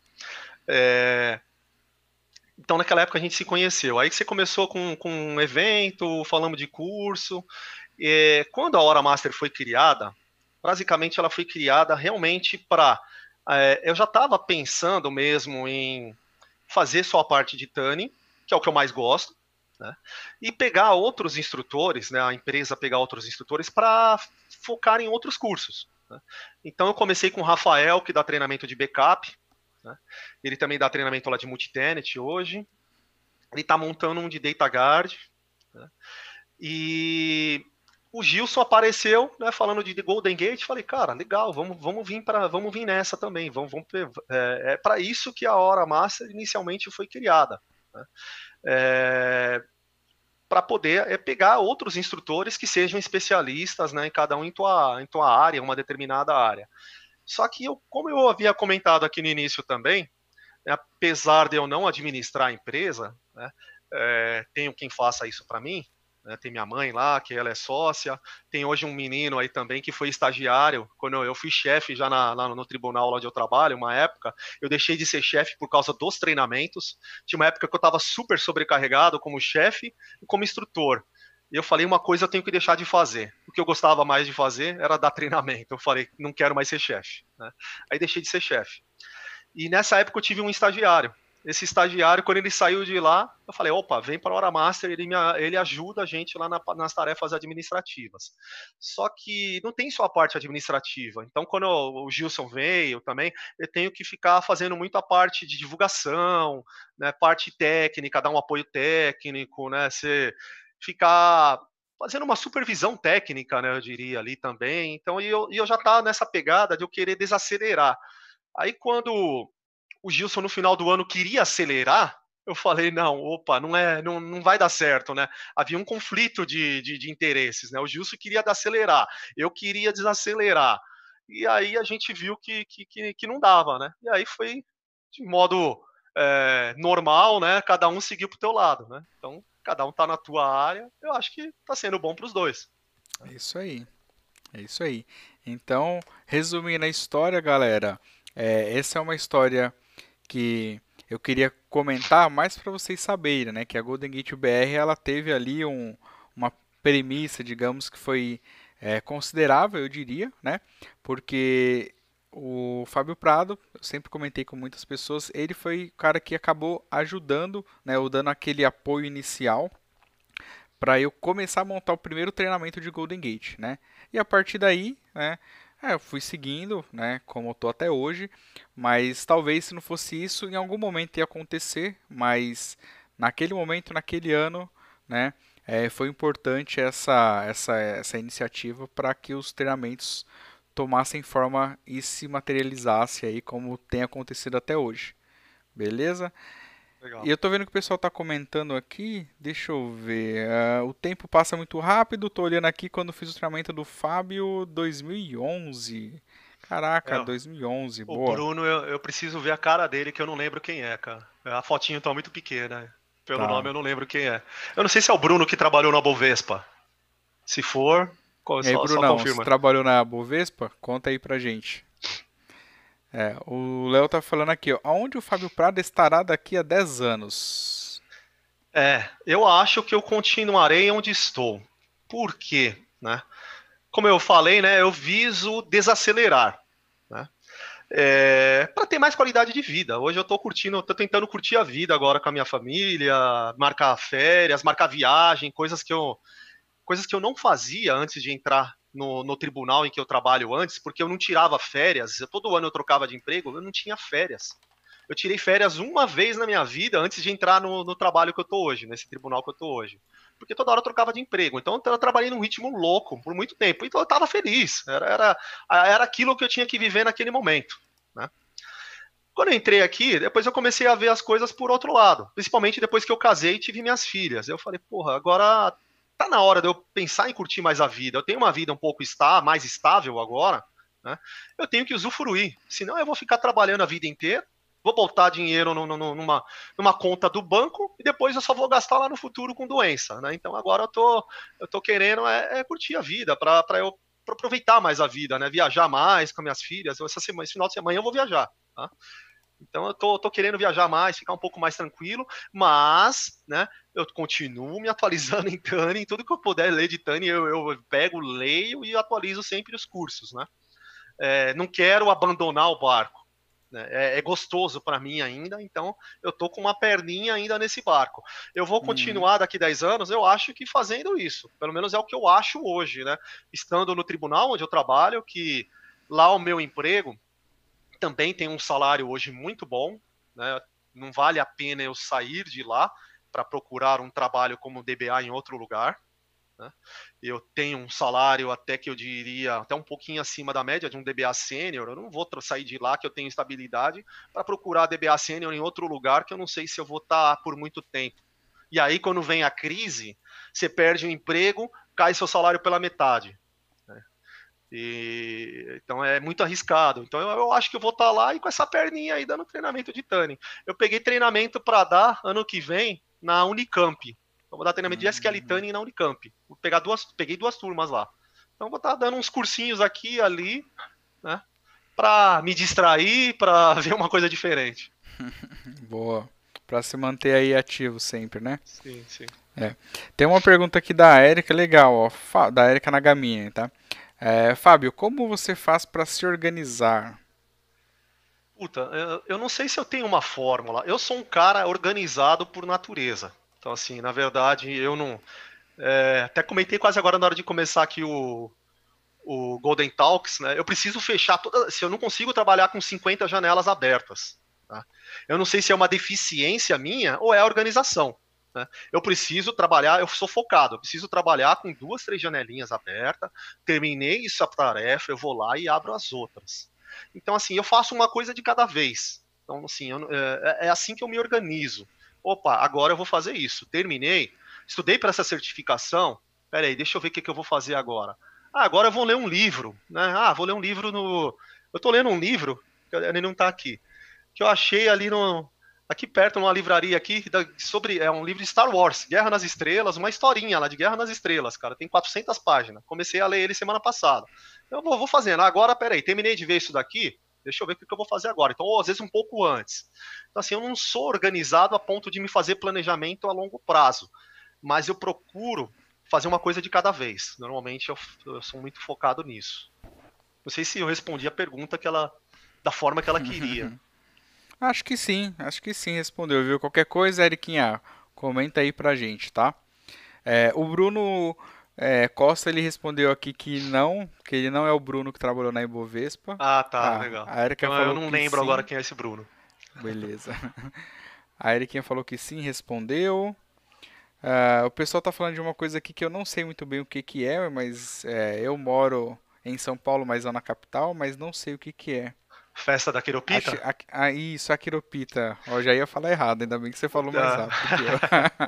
É, então, naquela época a gente se conheceu. Aí você começou com, com um evento, falamos de curso. É, quando a Hora Master foi criada, basicamente ela foi criada realmente para. É, eu já estava pensando mesmo em fazer só a parte de Tuning, que é o que eu mais gosto, né? E pegar outros instrutores, né? A empresa pegar outros instrutores para focar em outros cursos. Né? Então eu comecei com o Rafael, que dá treinamento de backup. Né? Ele também dá treinamento lá de multitenant hoje. Ele está montando um de Data Guard. Né? E o Gilson apareceu, né, falando de Golden Gate. Falei, cara, legal, vamos, vamos vir para, vamos vir nessa também. Vamos, vamos é, é para isso que a Hora Master inicialmente foi criada. Né? É, para poder é, pegar outros instrutores que sejam especialistas, né, em cada um em tua, em tua área, uma determinada área. Só que, eu, como eu havia comentado aqui no início também, né, apesar de eu não administrar a empresa, né, é, tenho quem faça isso para mim. Né, tem minha mãe lá, que ela é sócia. Tem hoje um menino aí também que foi estagiário. Quando eu fui chefe já na, lá no tribunal lá onde eu trabalho, uma época, eu deixei de ser chefe por causa dos treinamentos. Tinha uma época que eu estava super sobrecarregado como chefe e como instrutor. E eu falei, uma coisa eu tenho que deixar de fazer. O que eu gostava mais de fazer era dar treinamento. Eu falei, não quero mais ser chefe. Né? Aí deixei de ser chefe. E nessa época eu tive um estagiário. Esse estagiário, quando ele saiu de lá, eu falei, opa, vem para a Hora Master, ele, me, ele ajuda a gente lá na, nas tarefas administrativas. Só que não tem só a parte administrativa. Então, quando o Gilson veio também, eu tenho que ficar fazendo muito a parte de divulgação, né, parte técnica, dar um apoio técnico, né, você ficar fazendo uma supervisão técnica, né, eu diria ali também. Então, e eu, e eu já estava nessa pegada de eu querer desacelerar. Aí quando o Gilson no final do ano queria acelerar, eu falei, não, opa, não é, não, não vai dar certo, né? Havia um conflito de, de, de interesses, né? O Gilson queria acelerar, eu queria desacelerar. E aí a gente viu que, que, que, que não dava, né? E aí foi de modo. é, normal, né? Cada um seguir pro teu lado, né? Então, cada um tá na tua área, eu acho que tá sendo bom pros dois. É isso aí. É isso aí. Então, resumindo a história, galera, é, essa é uma história que eu queria comentar mais para vocês saberem, né, que a Golden Gate B R ela teve ali um, uma premissa, digamos, que foi é, considerável, eu diria, né, porque o Fábio Prado, eu sempre comentei com muitas pessoas, ele foi o cara que acabou ajudando, né, ou dando aquele apoio inicial para eu começar a montar o primeiro treinamento de Golden Gate, né? E a partir daí, né, é, eu fui seguindo, né, como eu tô até hoje, mas talvez se não fosse isso, em algum momento ia acontecer, mas naquele momento, naquele ano, né, é, foi importante essa, essa, essa iniciativa para que os treinamentos tomassem forma e se materializasse aí como tem acontecido até hoje. Beleza? E Legal. eu tô vendo que o pessoal tá comentando aqui. Deixa eu ver. Ah, o tempo passa muito rápido. Tô olhando aqui quando fiz o treinamento do Fábio dois mil e onze. Caraca, É, dois mil e onze. o Boa. Bruno, eu, eu preciso ver a cara dele, que eu não lembro quem é, cara. A fotinho tá muito pequena. Pelo nome Tá. eu não lembro quem é. Eu não sei se é o Bruno que trabalhou na Bovespa. Se for, co- E aí, só, só Brunão, você confirma. trabalhou na Bovespa? Conta aí pra gente. É, o Léo tá falando aqui, ó. Aonde o Fábio Prada estará daqui a dez anos? É, eu acho que eu continuarei onde estou. Por quê? Né? Como eu falei, né, eu viso desacelerar. Né? É, para ter mais qualidade de vida. Hoje eu tô curtindo, tô tentando curtir a vida agora com a minha família, marcar férias, marcar viagem, coisas que eu, coisas que eu não fazia antes de entrar no, no tribunal em que eu trabalho antes, porque eu não tirava férias. Eu, todo ano eu trocava de emprego, eu não tinha férias. Eu tirei férias uma vez na minha vida antes de entrar no, no trabalho que eu tô hoje, nesse tribunal que eu tô hoje. Porque toda hora eu trocava de emprego. Então eu trabalhei num ritmo louco por muito tempo. Então eu tava feliz. Era, era, era aquilo que eu tinha que viver naquele momento. Né? Quando eu entrei aqui, depois eu comecei a ver as coisas por outro lado. Principalmente depois que eu casei e tive minhas filhas. Eu falei, porra, agora tá na hora de eu pensar em curtir mais a vida. Eu tenho uma vida um pouco está, mais estável agora. Né? Eu tenho que usufruir. Senão eu vou ficar trabalhando a vida inteira. Vou botar dinheiro no, no, numa, numa conta do banco e depois eu só vou gastar lá no futuro com doença. Né? Então agora eu tô, eu tô querendo é, é curtir a vida, para eu pra aproveitar mais a vida, né? Viajar mais com minhas filhas. Essa semana, esse final de semana eu vou viajar. Tá? Então eu tô, tô querendo viajar mais, ficar um pouco mais tranquilo, mas, né, eu continuo me atualizando em Tânia, em tudo que eu puder ler de Tânia, eu, eu pego, leio e atualizo sempre os cursos, né? É, não quero abandonar o barco. Né? É, é gostoso para mim ainda, então eu tô com uma perninha ainda nesse barco. Eu vou Uhum. continuar daqui dez anos, eu acho que fazendo isso. Pelo menos é o que eu acho hoje, né? Estando no tribunal onde eu trabalho, que lá o meu emprego também tem um salário hoje muito bom, né? Não vale a pena eu sair de lá para procurar um trabalho como D B A em outro lugar. Né? Eu tenho um salário até que eu diria até um pouquinho acima da média de um D B A sênior. Eu não vou sair de lá que eu tenho estabilidade para procurar D B A sênior em outro lugar que eu não sei se eu vou estar por muito tempo. E aí, quando vem a crise, você perde o emprego, cai seu salário pela metade. Né? E, então é muito arriscado. Então eu, eu acho que eu vou estar lá e com essa perninha aí dando treinamento de Tani. Eu peguei treinamento para dar ano que vem na Unicamp. Eu vou dar treinamento de S Q L Uhum. Tani na Unicamp. Vou pegar duas, peguei duas turmas lá. Então vou estar dando uns cursinhos aqui e ali, né? Para me distrair, para ver uma coisa diferente. Boa. Pra se manter aí ativo sempre, né? Sim, sim. É. Tem uma pergunta aqui da Érica, legal, ó, Fa- da Érica Nagaminha, tá? É, Fábio, como você faz para se organizar? Puta, eu- eu não sei se eu tenho uma fórmula. Eu sou um cara organizado por natureza. Então, assim, na verdade, eu não. É, até comentei quase agora na hora de começar aqui o, o Golden Talks, né? Eu preciso fechar toda. Se eu não consigo trabalhar com cinquenta janelas abertas. Tá? Eu não sei se é uma deficiência minha ou é a organização. Né? Eu preciso trabalhar, eu sou focado, eu preciso trabalhar com duas, três janelinhas abertas. Terminei essa tarefa, eu vou lá e abro as outras. Então, assim, eu faço uma coisa de cada vez. Então, assim, eu, é, é assim que eu me organizo. Opa, agora eu vou fazer isso. Terminei, estudei para essa certificação. Peraí, deixa eu ver o que, que eu vou fazer agora. Ah, agora eu vou ler um livro, né? Ah, vou ler um livro no. Eu tô lendo um livro, ele não tá aqui, que eu achei ali no, aqui perto, numa livraria aqui, da- sobre, é um livro de Star Wars, Guerra nas Estrelas, uma historinha lá de Guerra nas Estrelas, cara, tem quatrocentas páginas, comecei a ler ele semana passada. Eu vou, vou fazendo, agora, peraí, terminei de ver isso daqui, deixa eu ver o que que eu vou fazer agora, então, ou às vezes um pouco antes. Então, assim, eu não sou organizado a ponto de me fazer planejamento a longo prazo, mas eu procuro fazer uma coisa de cada vez, normalmente eu, eu sou muito focado nisso. Não sei se eu respondi a pergunta que ela, da forma que ela queria. Acho que sim, acho que sim, respondeu, viu? Qualquer coisa, Eriquinha, comenta aí pra gente, tá? É, o Bruno é, Costa, ele respondeu aqui que não, que ele não é o Bruno que trabalhou na Ibovespa. Ah, tá, Ah, legal. a Erika Eu, eu falou não que lembro agora sim, quem é esse Bruno. beleza. A Eriquinha falou que sim, respondeu. Ah, o pessoal tá falando de uma coisa aqui que eu não sei muito bem o que que é, mas é, eu moro em São Paulo, mas não na capital, mas não sei o que que é. Festa da Acho, Quiropita? a, ah, isso, Aquiropita. Ó, já ia falar errado, ainda bem que você falou mais Ah, rápido que eu.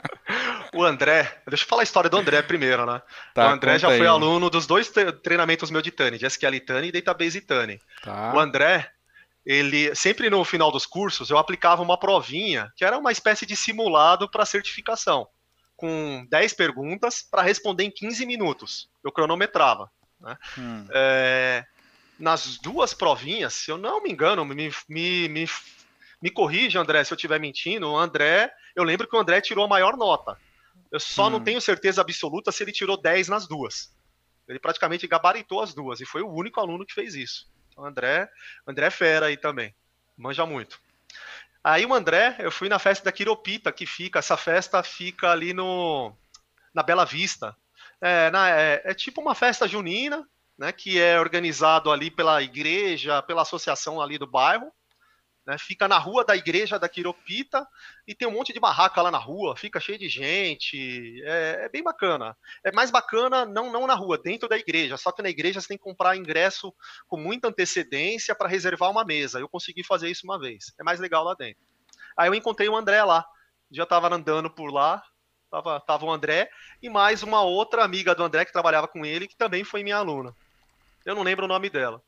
o André, deixa eu falar a história do André primeiro, né? O Tá, André já conta foi aí. aluno dos dois tre- treinamentos meus de Tani, de S Q L Tani e Database Tani. O Tá. André, ele sempre no final dos cursos eu aplicava uma provinha que era uma espécie de simulado para certificação, com dez perguntas para responder em quinze minutos. Eu cronometrava, né? Hum, É, nas duas provinhas, se eu não me engano, me, me, me, me corrija, André, se eu estiver mentindo, o André, eu lembro que o André tirou a maior nota. Eu só não hum. tenho certeza absoluta se ele tirou dez nas duas. Ele praticamente gabaritou as duas e foi o único aluno que fez isso. Então, André, André é fera aí também. Manja muito. Aí o André, eu fui na festa da Quiropita, que fica, essa festa fica ali no na Bela Vista. É, na, é, é tipo uma festa junina, né, que é organizado ali pela igreja, pela associação ali do bairro, né, fica na rua da igreja da Quiropita e tem um monte de barraca lá na rua, fica cheio de gente, é, é bem bacana. É mais bacana não, não na rua, dentro da igreja, só que na igreja você tem que comprar ingresso com muita antecedência para reservar uma mesa. Eu consegui fazer isso uma vez, é mais legal lá dentro. Aí eu encontrei o André lá, já estava andando por lá, tava, tava o André e mais uma outra amiga do André que trabalhava com ele, que também foi minha aluna. Eu não lembro o nome dela.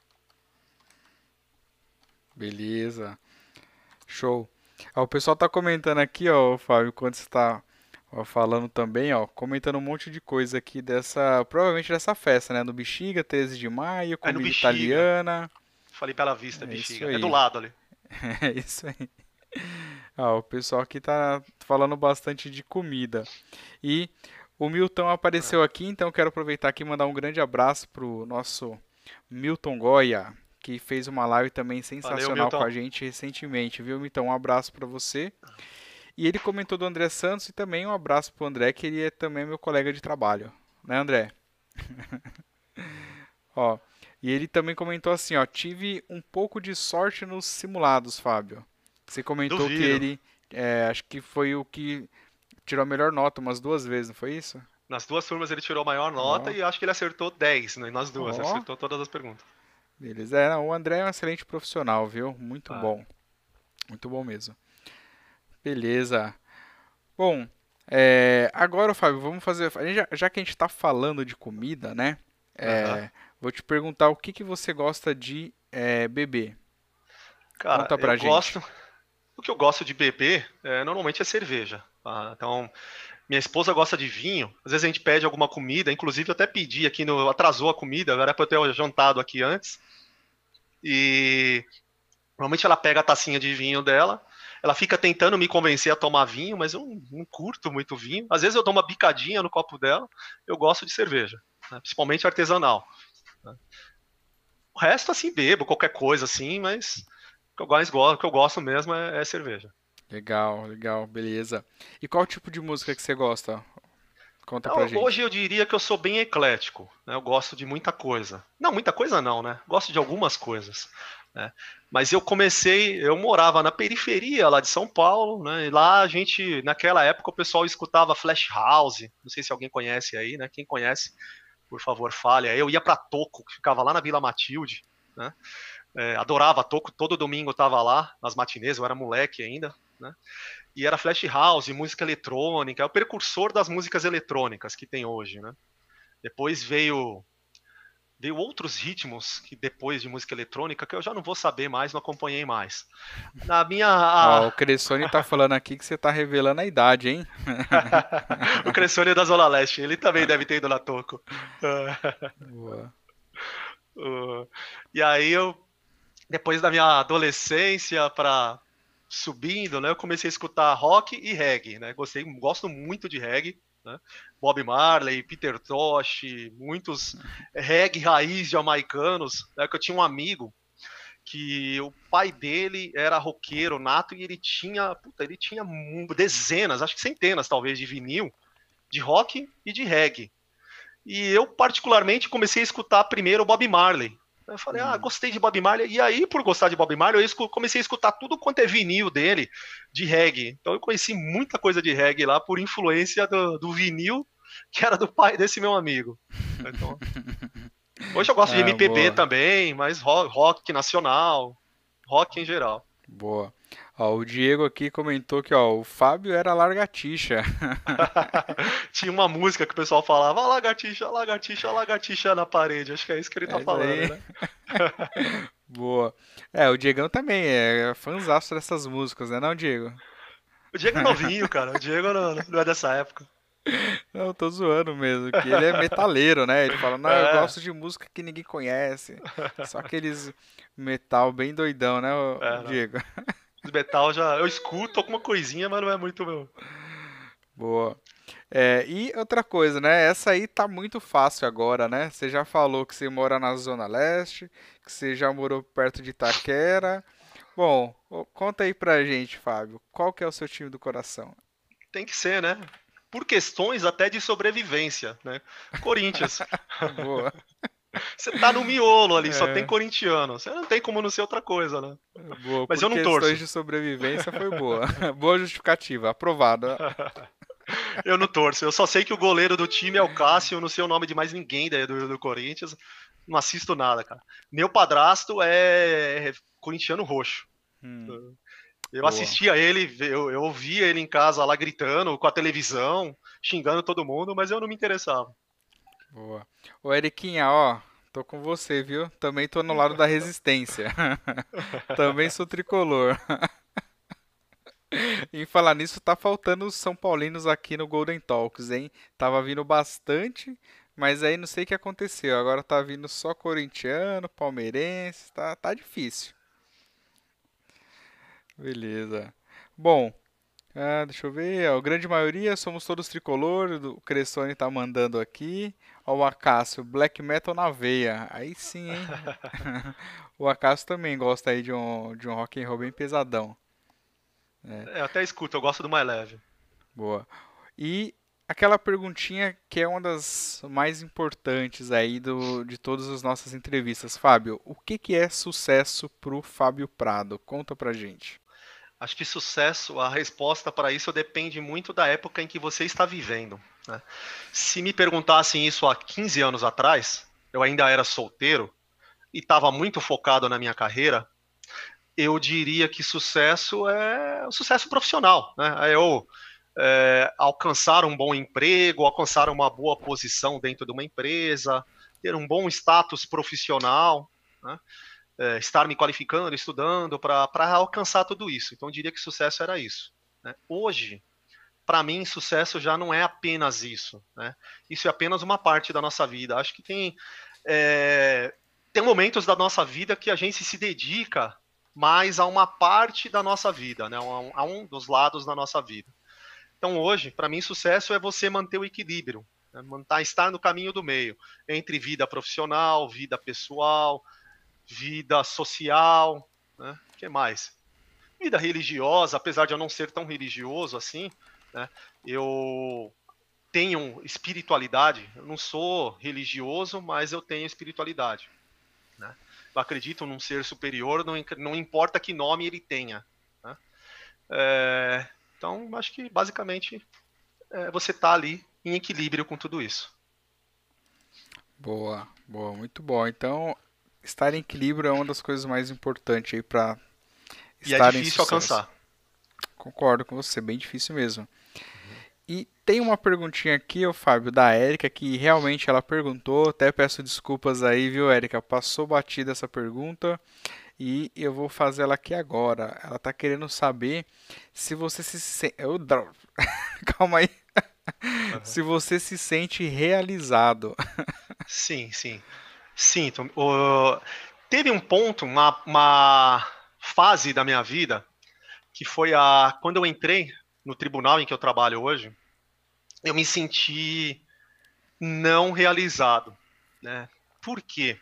Beleza. Show. Ó, o pessoal tá comentando aqui, ó, Fábio, quando você tá ó, falando também, ó, comentando um monte de coisa aqui dessa, provavelmente dessa festa, né? No Bexiga, treze de maio, É no comida Bexiga. italiana. Falei Bela Vista, É isso Bexiga. É do aí. lado ali. É isso aí. Ah, o pessoal aqui tá falando bastante de comida. E o Milton É. apareceu aqui, então quero aproveitar aqui e mandar um grande abraço pro nosso Milton Goya, que fez uma live também Valeu, sensacional com Milton. a gente recentemente, viu, Milton? Um abraço para você. E ele comentou do André Santos e também um abraço pro André, que ele é também meu colega de trabalho, né, André? Ó, e ele também comentou assim, ó, tive um pouco de sorte nos simulados, Fábio. Você comentou que Duvido. ele, é, acho que foi o que tirou a melhor nota umas duas vezes, não foi isso? Nas duas turmas ele tirou a maior nota Ó, e acho que ele acertou dez, né, nas duas. ó, Acertou todas as perguntas. beleza. É, não, o André é um excelente profissional, viu? Muito Ah, bom, muito bom mesmo. Beleza. Bom, é, agora, Fábio, vamos fazer. a gente Já, já que a gente está falando de comida, né? aham. É, vou te perguntar o que que você gosta de é, beber. Cara, Conta eu pra gente. gosto. O que eu gosto de beber é, normalmente é cerveja. Tá? Então, minha esposa gosta de vinho. Às vezes a gente pede alguma comida. Inclusive, eu até pedi aqui no. Atrasou a comida, era para eu ter jantado aqui antes. E normalmente ela pega a tacinha de vinho dela. Ela fica tentando me convencer a tomar vinho, mas eu não, não curto muito vinho. Às vezes eu dou uma bicadinha no copo dela. Eu gosto de cerveja, né? Principalmente artesanal. Né? O resto, assim, bebo qualquer coisa, assim, mas o que eu, mais gosto, o que eu gosto mesmo é, é cerveja. Legal, legal, beleza. E qual tipo de música que você gosta? Conta pra Então, hoje gente. eu diria que eu sou bem eclético, né? Eu gosto de muita coisa. Não, muita coisa não, né? Gosto de algumas coisas, né? Mas eu comecei, eu morava na periferia lá de São Paulo, né? E lá a gente, naquela época, o pessoal escutava Flash House. Não sei se alguém conhece aí, né? Quem conhece, por favor, fale. Aí eu ia pra Toco, que ficava lá na Vila Matilde, né? É, adorava Toco, todo domingo eu tava lá, nas matinês, eu era moleque ainda, né? E era Flash House, música eletrônica, é o precursor das músicas eletrônicas que tem hoje, né? Depois veio veio outros ritmos que depois de música eletrônica que eu já não vou saber mais, não acompanhei mais. Na minha Ó, a... o Cressoni tá falando aqui que você tá revelando a idade, hein? o Cressoni da Zona Leste, ele também deve ter ido na Toco. Boa. Uh, e aí eu, depois da minha adolescência para subindo, né, eu comecei a escutar rock e reggae, né? Gostei, gosto muito de reggae, né? Bob Marley, Peter Tosh, muitos reggae raiz jamaicanos, né? Que eu tinha um amigo que o pai dele era roqueiro nato e ele tinha, puta, ele tinha dezenas, acho que centenas talvez de vinil de rock e de reggae. E eu, particularmente, comecei a escutar primeiro o Bob Marley. Eu falei, ah, Hum. gostei de Bob Marley. E aí, por gostar de Bob Marley, eu comecei a escutar tudo quanto é vinil dele, de reggae. Então eu conheci muita coisa de reggae lá por influência do, do vinil, que era do pai desse meu amigo. Então, hoje eu gosto de Ah, M P B boa. também, mas rock, rock nacional, rock em geral. Boa. Ó, o Diego aqui comentou que, ó, o Fábio era lagartixa. Tinha uma música que o pessoal falava, ah, lagartixa, lagartixa, lagartixa na parede. Acho que é isso que ele tá É isso falando, aí. né? Boa. É, o Diegão também é fãzaço dessas músicas, né, não, Diego? O Diego é novinho, cara. O Diego não, não é dessa época. Não, eu tô zoando mesmo, que ele é metaleiro, né? Ele fala, não, eu É, gosto de música que ninguém conhece. Só aqueles metal bem doidão, né, ô- é, não. Diego? Os metal já. Eu escuto alguma coisinha, mas não é muito meu. Boa. É, e outra coisa, né? Essa aí tá muito fácil agora, né? Você já falou que você mora na Zona Leste, que você já morou perto de Itaquera. Bom, ô, conta aí pra gente, Fábio, qual que é o seu time do coração? Tem que ser, né? Por questões até de sobrevivência, né? Corinthians. Boa. Você tá no miolo ali, só tem É, corintiano. Você não tem como não ser outra coisa, né? boa, Mas por eu não questões torço. de sobrevivência foi boa. Boa justificativa, aprovada. Eu não torço. Eu só sei que o goleiro do time é o Cássio. Eu não sei o nome de mais ninguém daí do, do Corinthians. Não assisto nada, cara. Meu padrasto é corintiano roxo. Hum, Eu boa, assistia ele, eu, eu ouvia ele em casa lá gritando com a televisão, xingando todo mundo, mas eu não me interessava. boa. Ô, Eriquinha, ó, tô com você, viu? Também tô no lado da resistência. Também sou tricolor. Em falar nisso, tá faltando os São Paulinos aqui no Golden Talks, hein? Tava vindo bastante, mas aí não sei o que aconteceu. Agora tá vindo só corintiano, palmeirense, tá, tá difícil. Beleza. Bom, ah, deixa eu ver. A grande maioria somos todos tricolor. O Cressoni tá mandando aqui. Ó, o Acácio, black metal na veia. Aí sim, hein? O Acácio também gosta aí de um, de um rock and roll bem pesadão. É, até escuto, eu gosto do mais leve. Boa. E aquela perguntinha que é uma das mais importantes aí do, de todas as nossas entrevistas. Fábio, o que que é sucesso pro Fábio Prado? Conta pra gente. Acho que sucesso, a resposta para isso depende muito da época em que você está vivendo, né? Se me perguntassem isso há quinze anos atrás, eu ainda era solteiro e estava muito focado na minha carreira, eu diria que sucesso é o sucesso profissional, né? É eu é, alcançar um bom emprego, alcançar uma boa posição dentro de uma empresa, ter um bom status profissional, né? É, estar me qualificando, estudando para alcançar tudo isso. Então, eu diria que sucesso era isso, né? Hoje, para mim, sucesso já não é apenas isso, né? Isso é apenas uma parte da nossa vida. Acho que tem, é, tem momentos da nossa vida que a gente se dedica mais a uma parte da nossa vida, né? a, um, a um dos lados da nossa vida. Então, hoje, para mim, sucesso é você manter o equilíbrio, né? Manter, estar no caminho do meio entre vida profissional, vida pessoal, vida social, né? O que mais? Vida religiosa, apesar de eu não ser tão religioso assim, né? Eu tenho espiritualidade. Eu não sou religioso, mas eu tenho espiritualidade, né? Eu acredito num ser superior, não, não importa que nome ele tenha, né? É, então, acho que basicamente é, você está ali em equilíbrio com tudo isso. Boa, boa, muito bom. Então, estar em equilíbrio é uma das coisas mais importantes aí para E é estar em difícil sucesso. alcançar. Concordo com você, bem difícil mesmo. E tem uma perguntinha aqui, ô Fábio, da Érica, que realmente ela perguntou, até peço desculpas aí, viu, Érica? Passou batida essa pergunta e eu vou fazer ela aqui agora. Ela tá querendo saber se você se sente. Calma aí. Aham. Se você se sente realizado. Sim, sim. Sinto. O- Teve um ponto, uma, uma fase da minha vida, que foi a quando eu entrei no tribunal em que eu trabalho hoje, eu me senti não realizado, né? Por quê?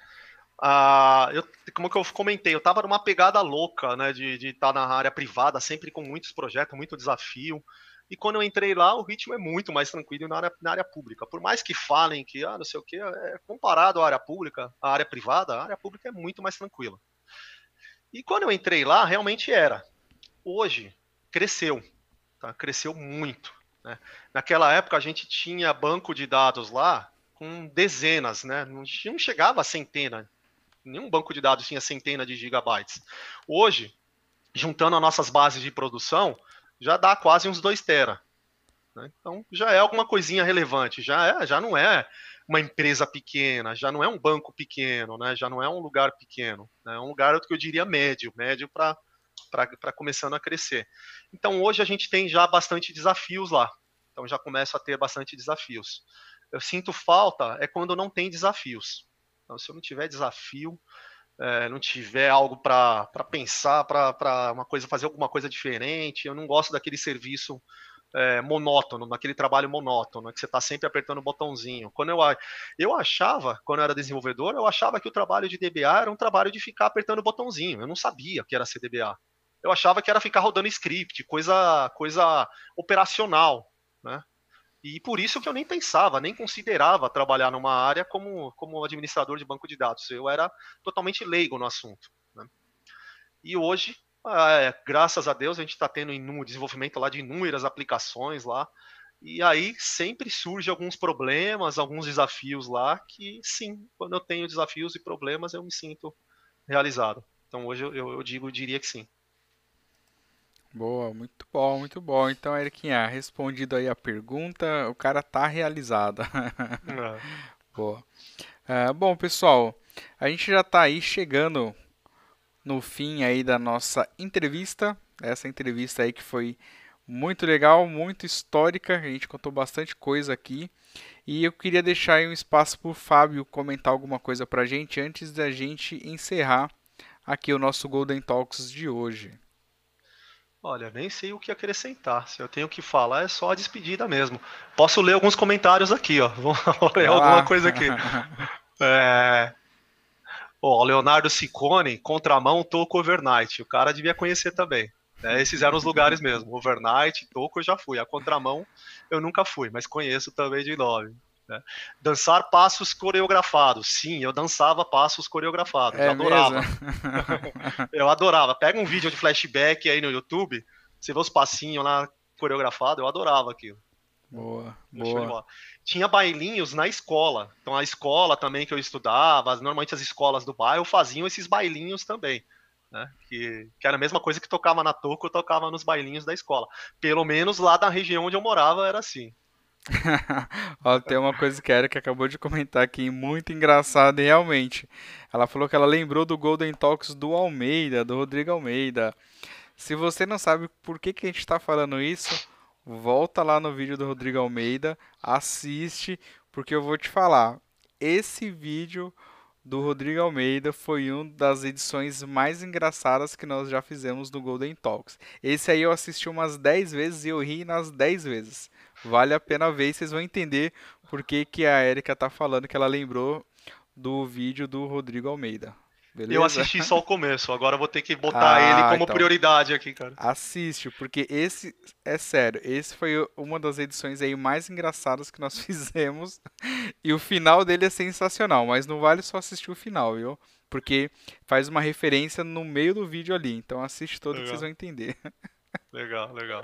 Ah, eu, como que eu comentei, eu estava numa pegada louca, né, de de estar na área privada, sempre com muitos projetos, muito desafio. E quando eu entrei lá, o ritmo é muito mais tranquilo na área, na área pública. Por mais que falem que, ah, não sei o quê, é, comparado à área pública, à área privada, a área pública é muito mais tranquila. E quando eu entrei lá, realmente era. Hoje, cresceu, tá? Cresceu muito, né? Naquela época, a gente tinha banco de dados lá com dezenas, né? Não não chegava a centena. Nenhum banco de dados tinha centena de gigabytes. Hoje, juntando as nossas bases de produção, já dá quase uns dois tera, né? Então, já é alguma coisinha relevante. Já, é, já não é uma empresa pequena, já não é um banco pequeno, né? Já não é um lugar pequeno. Né? É um lugar que eu diria médio, médio para para começando a crescer. Então, hoje a gente tem já bastante desafios lá. Então, já começa a ter bastante desafios. Eu sinto falta é quando não tem desafios. Então, se eu não tiver desafio, é, não tiver algo para pensar, para uma coisa, fazer alguma coisa diferente, eu não gosto daquele serviço é, monótono, naquele trabalho monótono, que você está sempre apertando o botãozinho. Quando eu, eu achava, quando eu era desenvolvedor, eu achava que o trabalho de D B A era um trabalho de ficar apertando o botãozinho. Eu não sabia que era ser D B A. Eu achava que era ficar rodando script, coisa, coisa operacional, né? E por isso que eu nem pensava, nem considerava trabalhar numa área como, como administrador de banco de dados. Eu era totalmente leigo no assunto, né? E hoje, é, graças a Deus, a gente está tendo um desenvolvimento lá de inúmeras aplicações lá. E aí sempre surge alguns problemas, alguns desafios lá que sim, quando eu tenho desafios e problemas, eu me sinto realizado. Então hoje eu, eu, eu digo, eu diria que sim. Boa, muito bom, muito bom. Então, Eriquinha, respondido aí a pergunta, o cara tá realizado. É. Boa. Ah, bom, pessoal, a gente já tá aí chegando no fim aí da nossa entrevista. Essa entrevista aí que foi muito legal, muito histórica. A gente contou bastante coisa aqui. E eu queria deixar aí um espaço para o Fábio comentar alguma coisa pra gente antes da gente encerrar aqui o nosso Golden Talks de hoje. Olha, nem sei o que acrescentar. Se eu tenho que falar, é só a despedida mesmo. Posso ler alguns comentários aqui, ó. Vou ler Vai alguma lá. coisa aqui. É... Ó, Leonardo Ciccone, Contramão, Toco, Overnight. O cara devia conhecer também. Né? Esses eram os lugares mesmo. Overnight, Toco eu já fui. A Contramão eu nunca fui, mas conheço também de nome. Né? Dançar passos coreografados. Sim, eu dançava passos coreografados. É mesmo? Adorava. Eu adorava. Pega um vídeo de flashback aí no YouTube, você vê os passinhos lá coreografados, eu adorava aquilo. Boa, Show de boa. bola. Tinha bailinhos na escola. Então a escola também que eu estudava, normalmente as escolas do bairro faziam esses bailinhos também. Né? Que, que era a mesma coisa que tocava na toco, eu tocava nos bailinhos da escola. Pelo menos lá na região onde eu morava era assim. Ó, tem uma coisa que a Erika acabou de comentar aqui, muito engraçada e realmente. Ela falou que ela lembrou do Golden Talks do Almeida, do Rodrigo Almeida. Se você não sabe por que que a gente está falando isso, volta lá no vídeo do Rodrigo Almeida, assiste, porque eu vou te falar. Esse vídeo do Rodrigo Almeida foi uma das edições mais engraçadas que nós já fizemos do Golden Talks. Esse aí eu assisti umas dez vezes e eu ri nas dez vezes. Vale a pena ver e vocês vão entender por que que a Erika tá falando que ela lembrou do vídeo do Rodrigo Almeida. Eu Beleza? assisti só o começo, agora eu vou ter que botar ele Ah, como então. prioridade aqui, cara. Assiste, porque esse é sério, esse foi uma das edições aí mais engraçadas que nós fizemos e o final dele é sensacional, mas não vale só assistir o final, viu? Porque faz uma referência no meio do vídeo ali, então assiste todo que vocês Legal, vão entender. legal, legal.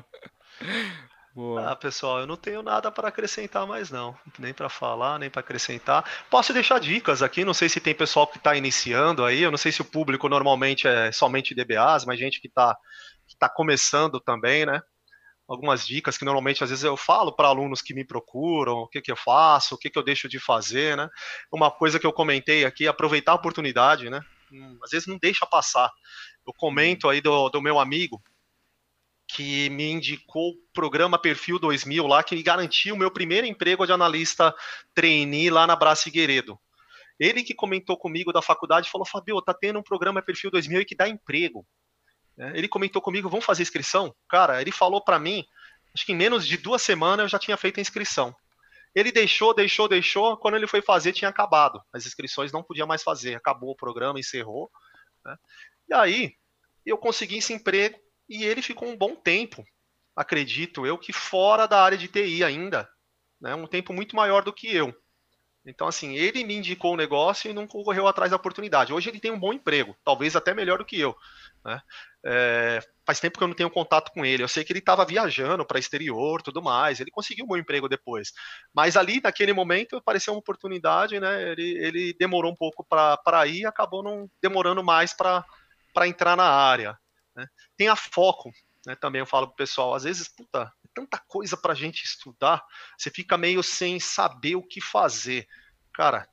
Boa. Ah, pessoal, eu não tenho nada para acrescentar mais não, nem para falar, nem para acrescentar. Posso deixar dicas aqui, não sei se tem pessoal que está iniciando aí, eu não sei se o público normalmente é somente D B As, mas gente que está que tá começando também, né? algumas dicas que normalmente às vezes eu falo para alunos que me procuram, o que, que eu faço, o que, que eu deixo de fazer, né? Uma coisa que eu comentei aqui, aproveitar a oportunidade, né? Às vezes não deixa passar. Eu comento aí do, do meu amigo que me indicou o programa Perfil dois mil lá, que me garantiu o meu primeiro emprego de analista trainee lá na Brás Figueiredo. Ele que comentou comigo da faculdade, falou, Fabio, tá tendo um programa Perfil dois mil que dá emprego. Ele comentou comigo, vamos fazer inscrição? Cara, ele falou para mim, acho que em menos de duas semanas eu já tinha feito a inscrição. Ele deixou, deixou, deixou, quando ele foi fazer tinha acabado. As inscrições não podia mais fazer, acabou o programa, encerrou. Né? E aí, eu consegui esse emprego e ele ficou um bom tempo, acredito eu, que fora da área de T I ainda. Né? Um tempo muito maior do que eu. Então, assim, ele me indicou o negócio e não correu atrás da oportunidade. Hoje ele tem um bom emprego, talvez até melhor do que eu. Né? É, faz tempo que eu não tenho contato com ele. Eu sei que ele estava viajando para exterior, tudo mais. Ele conseguiu um bom emprego depois. Mas ali, naquele momento, apareceu uma oportunidade, né? Ele, ele demorou um pouco para ir, acabou não demorando mais para entrar na área. Né? Tenha foco. Né, também eu falo pro pessoal, às vezes, puta, é tanta coisa pra gente estudar, você fica meio sem saber o que fazer. Cara,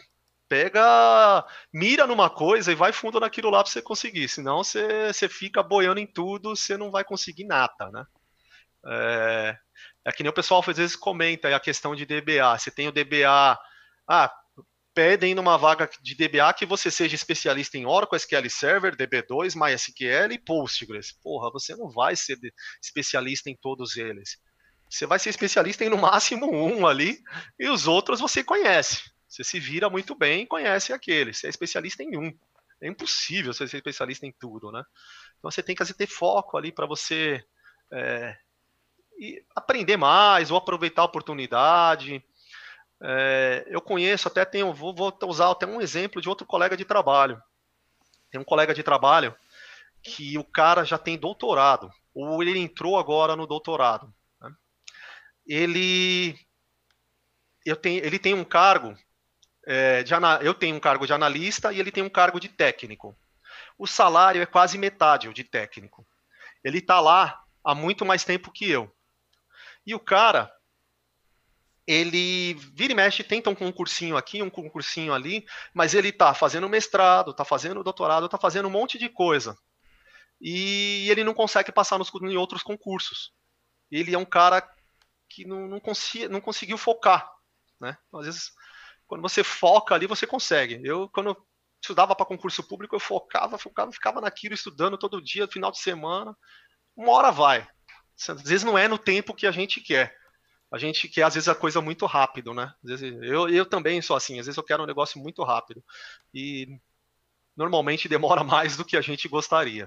pega, mira numa coisa e vai fundo naquilo lá pra você conseguir, senão você, você fica boiando em tudo, você não vai conseguir nada, né? É, é que nem o pessoal às vezes comenta é a questão de D B A, você tem o D B A, ah, pedem numa vaga de D B A que você seja especialista em Oracle, S Q L Server, D B dois, MySQL e Postgres. Porra, você não vai ser especialista em todos eles. Você vai ser especialista em no máximo um ali e os outros você conhece. Você se vira muito bem e conhece aqueles. Você é especialista em um. É impossível você ser especialista em tudo, né? Então você tem que ter foco ali para você é, aprender mais ou aproveitar a oportunidade. É, eu conheço, até tenho, vou, vou usar até um exemplo de outro colega de trabalho. Tem um colega de trabalho que o cara já tem doutorado, ou ele entrou agora no doutorado. Né? Ele, eu tenho, ele tem um cargo, é, de, eu tenho um cargo de analista e ele tem um cargo de técnico. O salário é quase metade o de técnico. Ele está lá há muito mais tempo que eu. E o cara, ele vira e mexe, tenta um concursinho aqui, um concursinho ali, mas ele está fazendo mestrado, está fazendo doutorado, está fazendo um monte de coisa. E ele não consegue passar nos, em outros concursos. Ele é um cara que não, não, consegui, não conseguiu focar. Né? Então, às vezes, quando você foca ali, você consegue. Eu, quando eu estudava para concurso público, eu focava, focava, ficava naquilo, estudando todo dia, final de semana. Uma hora vai. Às vezes não é no tempo que a gente quer. A gente quer, às vezes, a coisa muito rápido, né? Às vezes, eu, eu também sou assim, às vezes eu quero um negócio muito rápido. E normalmente demora mais do que a gente gostaria.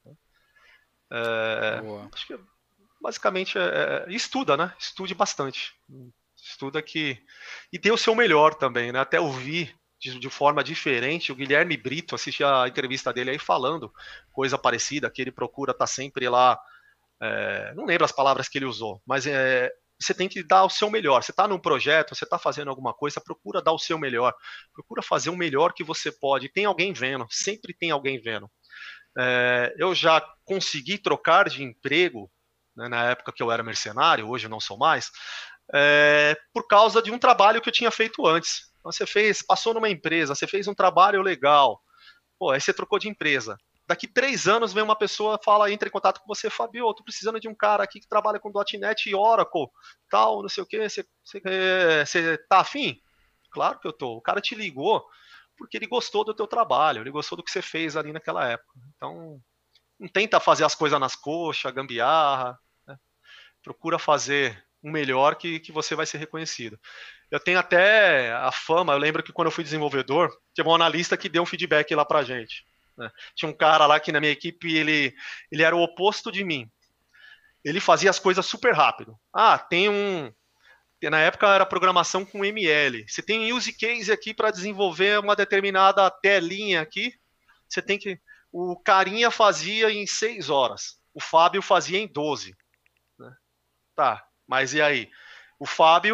É, acho que basicamente é, é, estuda, né? Estude bastante. Estuda que. E dê o seu melhor também, né? Até ouvir de, de forma diferente o Guilherme Brito, assisti a entrevista dele aí falando coisa parecida, que ele procura estar tá sempre lá. É, não lembro as palavras que ele usou, mas é, você tem que dar o seu melhor. Você está num projeto, você está fazendo alguma coisa, procura dar o seu melhor. Procura fazer o melhor que você pode. Tem alguém vendo, sempre tem alguém vendo. É, eu já consegui trocar de emprego, né, na época que eu era mercenário, hoje eu não sou mais, é, por causa de um trabalho que eu tinha feito antes. Então, você fez, passou numa empresa, você fez um trabalho legal, pô, aí você trocou de empresa. Daqui três anos vem uma pessoa, fala, entra em contato com você, Fabio, eu tô precisando de um cara aqui que trabalha com .NET e Oracle, tal, não sei o que, você, você, você tá afim? Claro que eu tô. O cara te ligou porque ele gostou do teu trabalho, ele gostou do que você fez ali naquela época. Então, não tenta fazer as coisas nas coxas, gambiarra, né? Procura fazer o melhor que, que você vai ser reconhecido. Eu tenho até a fama, eu lembro que quando eu fui desenvolvedor, tinha um analista que deu um feedback lá pra gente. Né? Tinha um cara lá que na minha equipe, ele, ele era o oposto de mim. Ele fazia as coisas super rápido. Ah, tem um... Na época era programação com M L. Você tem um use case aqui para desenvolver uma determinada telinha aqui. Você tem que... O carinha fazia em seis horas. O Fábio fazia em doze. Né? Tá, mas e aí? O Fábio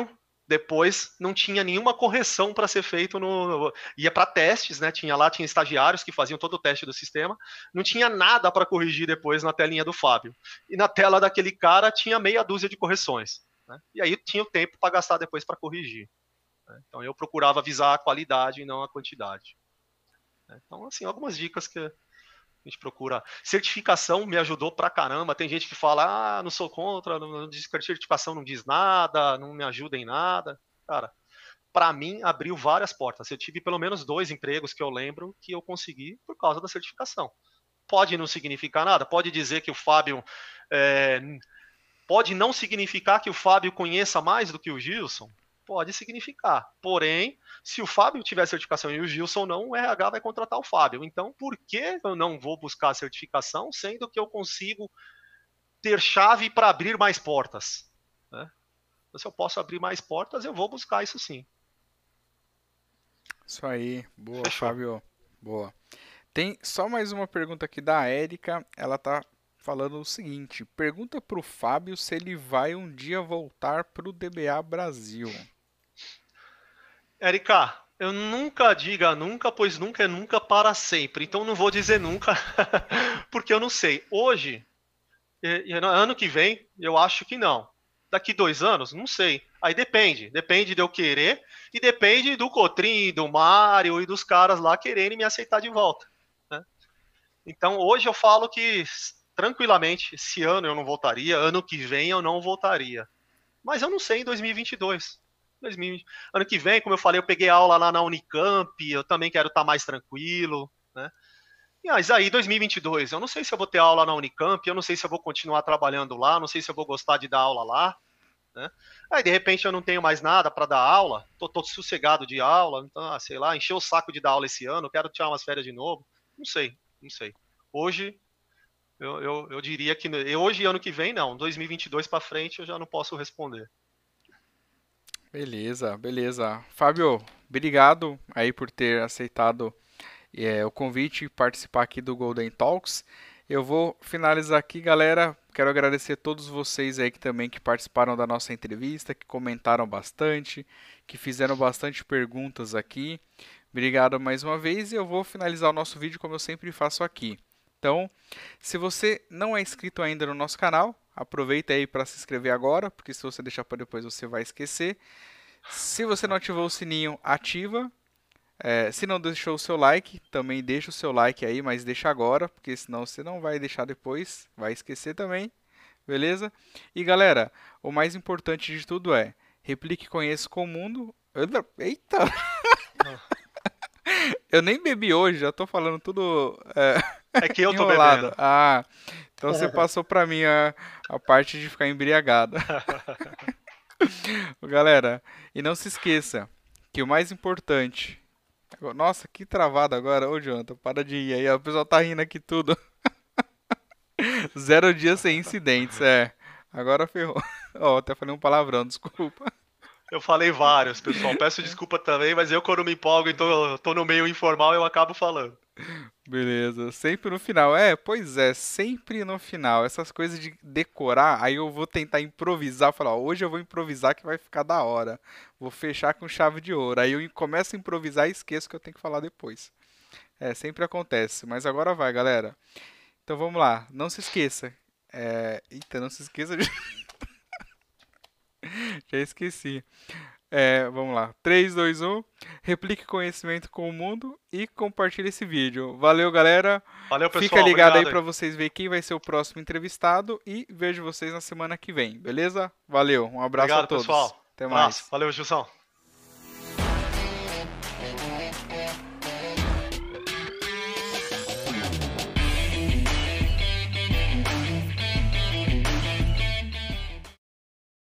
Depois não tinha nenhuma correção para ser feito no. Ia para testes, né? Tinha lá, tinha estagiários que faziam todo o teste do sistema. Não tinha nada para corrigir depois na telinha do Fábio. E na tela daquele cara tinha meia dúzia de correções. Né? E aí tinha o tempo para gastar depois para corrigir. Né? Então eu procurava avisar a qualidade e não a quantidade. Né? Então, assim, algumas dicas que a gente procura. Certificação me ajudou pra caramba. Tem gente que fala, ah, não sou contra, não diz que a certificação não diz nada, não me ajuda em nada. Cara, para mim abriu várias portas. Eu tive pelo menos dois empregos que eu lembro que eu consegui por causa da certificação. Pode não significar nada, pode dizer que o Fábio é, pode não significar que o Fábio conheça mais do que o Gilson. Pode significar. Porém, se o Fábio tiver certificação e o Gilson não, o R H vai contratar o Fábio. Então, por que eu não vou buscar a certificação, sendo que eu consigo ter chave para abrir mais portas? Né? Então, se eu posso abrir mais portas, eu vou buscar isso sim. Isso aí. Boa, Fechou. Fábio. Boa. Tem só mais uma pergunta aqui da Érica. Ela tá falando o seguinte. Pergunta pro Fábio se ele vai um dia voltar pro D B A Brasil. Érica, eu nunca diga nunca, pois nunca é nunca para sempre. Então não vou dizer nunca, porque eu não sei. Hoje, e, e ano que vem, eu acho que não. Daqui dois anos, não sei. Aí depende. Depende de eu querer e depende do Cotrim, do Mário e dos caras lá quererem me aceitar de volta. Né? Então hoje eu falo que tranquilamente, esse ano eu não voltaria, ano que vem eu não voltaria. Mas eu não sei em dois mil e vinte e dois. dois mil e vinte. Ano que vem, como eu falei, eu peguei aula lá na Unicamp, eu também quero estar mais tranquilo, né? Mas aí, dois mil e vinte e dois, eu não sei se eu vou ter aula na Unicamp, eu não sei se eu vou continuar trabalhando lá, não sei se eu vou gostar de dar aula lá, né? Aí, de repente, eu não tenho mais nada para dar aula, tô, tô sossegado de aula, então, ah, sei lá, encher o saco de dar aula esse ano, quero tirar umas férias de novo, não sei, não sei. Hoje, eu, eu, eu diria que hoje e ano que vem, não, dois mil e vinte e dois para frente eu já não posso responder. Beleza, beleza. Fábio, obrigado aí por ter aceitado é, o convite e participar aqui do Golden Talks. Eu vou finalizar aqui, galera. Quero agradecer a todos vocês aí que também que participaram da nossa entrevista, que comentaram bastante, que fizeram bastante perguntas aqui. Obrigado mais uma vez e eu vou finalizar o nosso vídeo como eu sempre faço aqui. Então, se você não é inscrito ainda no nosso canal, aproveita aí para se inscrever agora, porque se você deixar para depois você vai esquecer. Se você não ativou o sininho, ativa. É, se não deixou o seu like, também deixa o seu like aí, mas deixa agora, porque senão você não vai deixar depois, vai esquecer também, beleza? E galera, o mais importante de tudo é, replique conheça com o mundo. Eita! Eu nem bebi hoje, já tô falando tudo é, É que eu tô enrolado. bebendo. Ah, então você passou pra mim a, a parte de ficar embriagado. Galera, e não se esqueça que o mais importante... Nossa, que travado agora. Ô, Jonathan, para de ir aí. O pessoal tá rindo aqui tudo. Zero dias sem incidentes, é. Agora ferrou. Ó, até falei um palavrão, desculpa. Eu falei vários, pessoal. Peço desculpa também, mas eu quando me empolgo e tô, tô no meio informal, eu acabo falando. Beleza, sempre no final. É, pois é, sempre no final. Essas coisas de decorar, aí eu vou tentar improvisar, falar, ó, hoje eu vou improvisar que vai ficar da hora. Vou fechar com chave de ouro. Aí eu começo a improvisar e esqueço que eu tenho que falar depois. É, sempre acontece. Mas agora vai, galera. Então vamos lá, não se esqueça. É... Eita, não se esqueça de... Já esqueci. É, vamos lá. três, dois, um. Replique conhecimento com o mundo e compartilhe esse vídeo. Valeu, galera. Valeu, pessoal. Fica ligado Obrigado aí para vocês verem quem vai ser o próximo entrevistado e vejo vocês na semana que vem, beleza? Valeu, um abraço Obrigado, a todos. pessoal. Até Abraço. mais. Valeu, Gilson.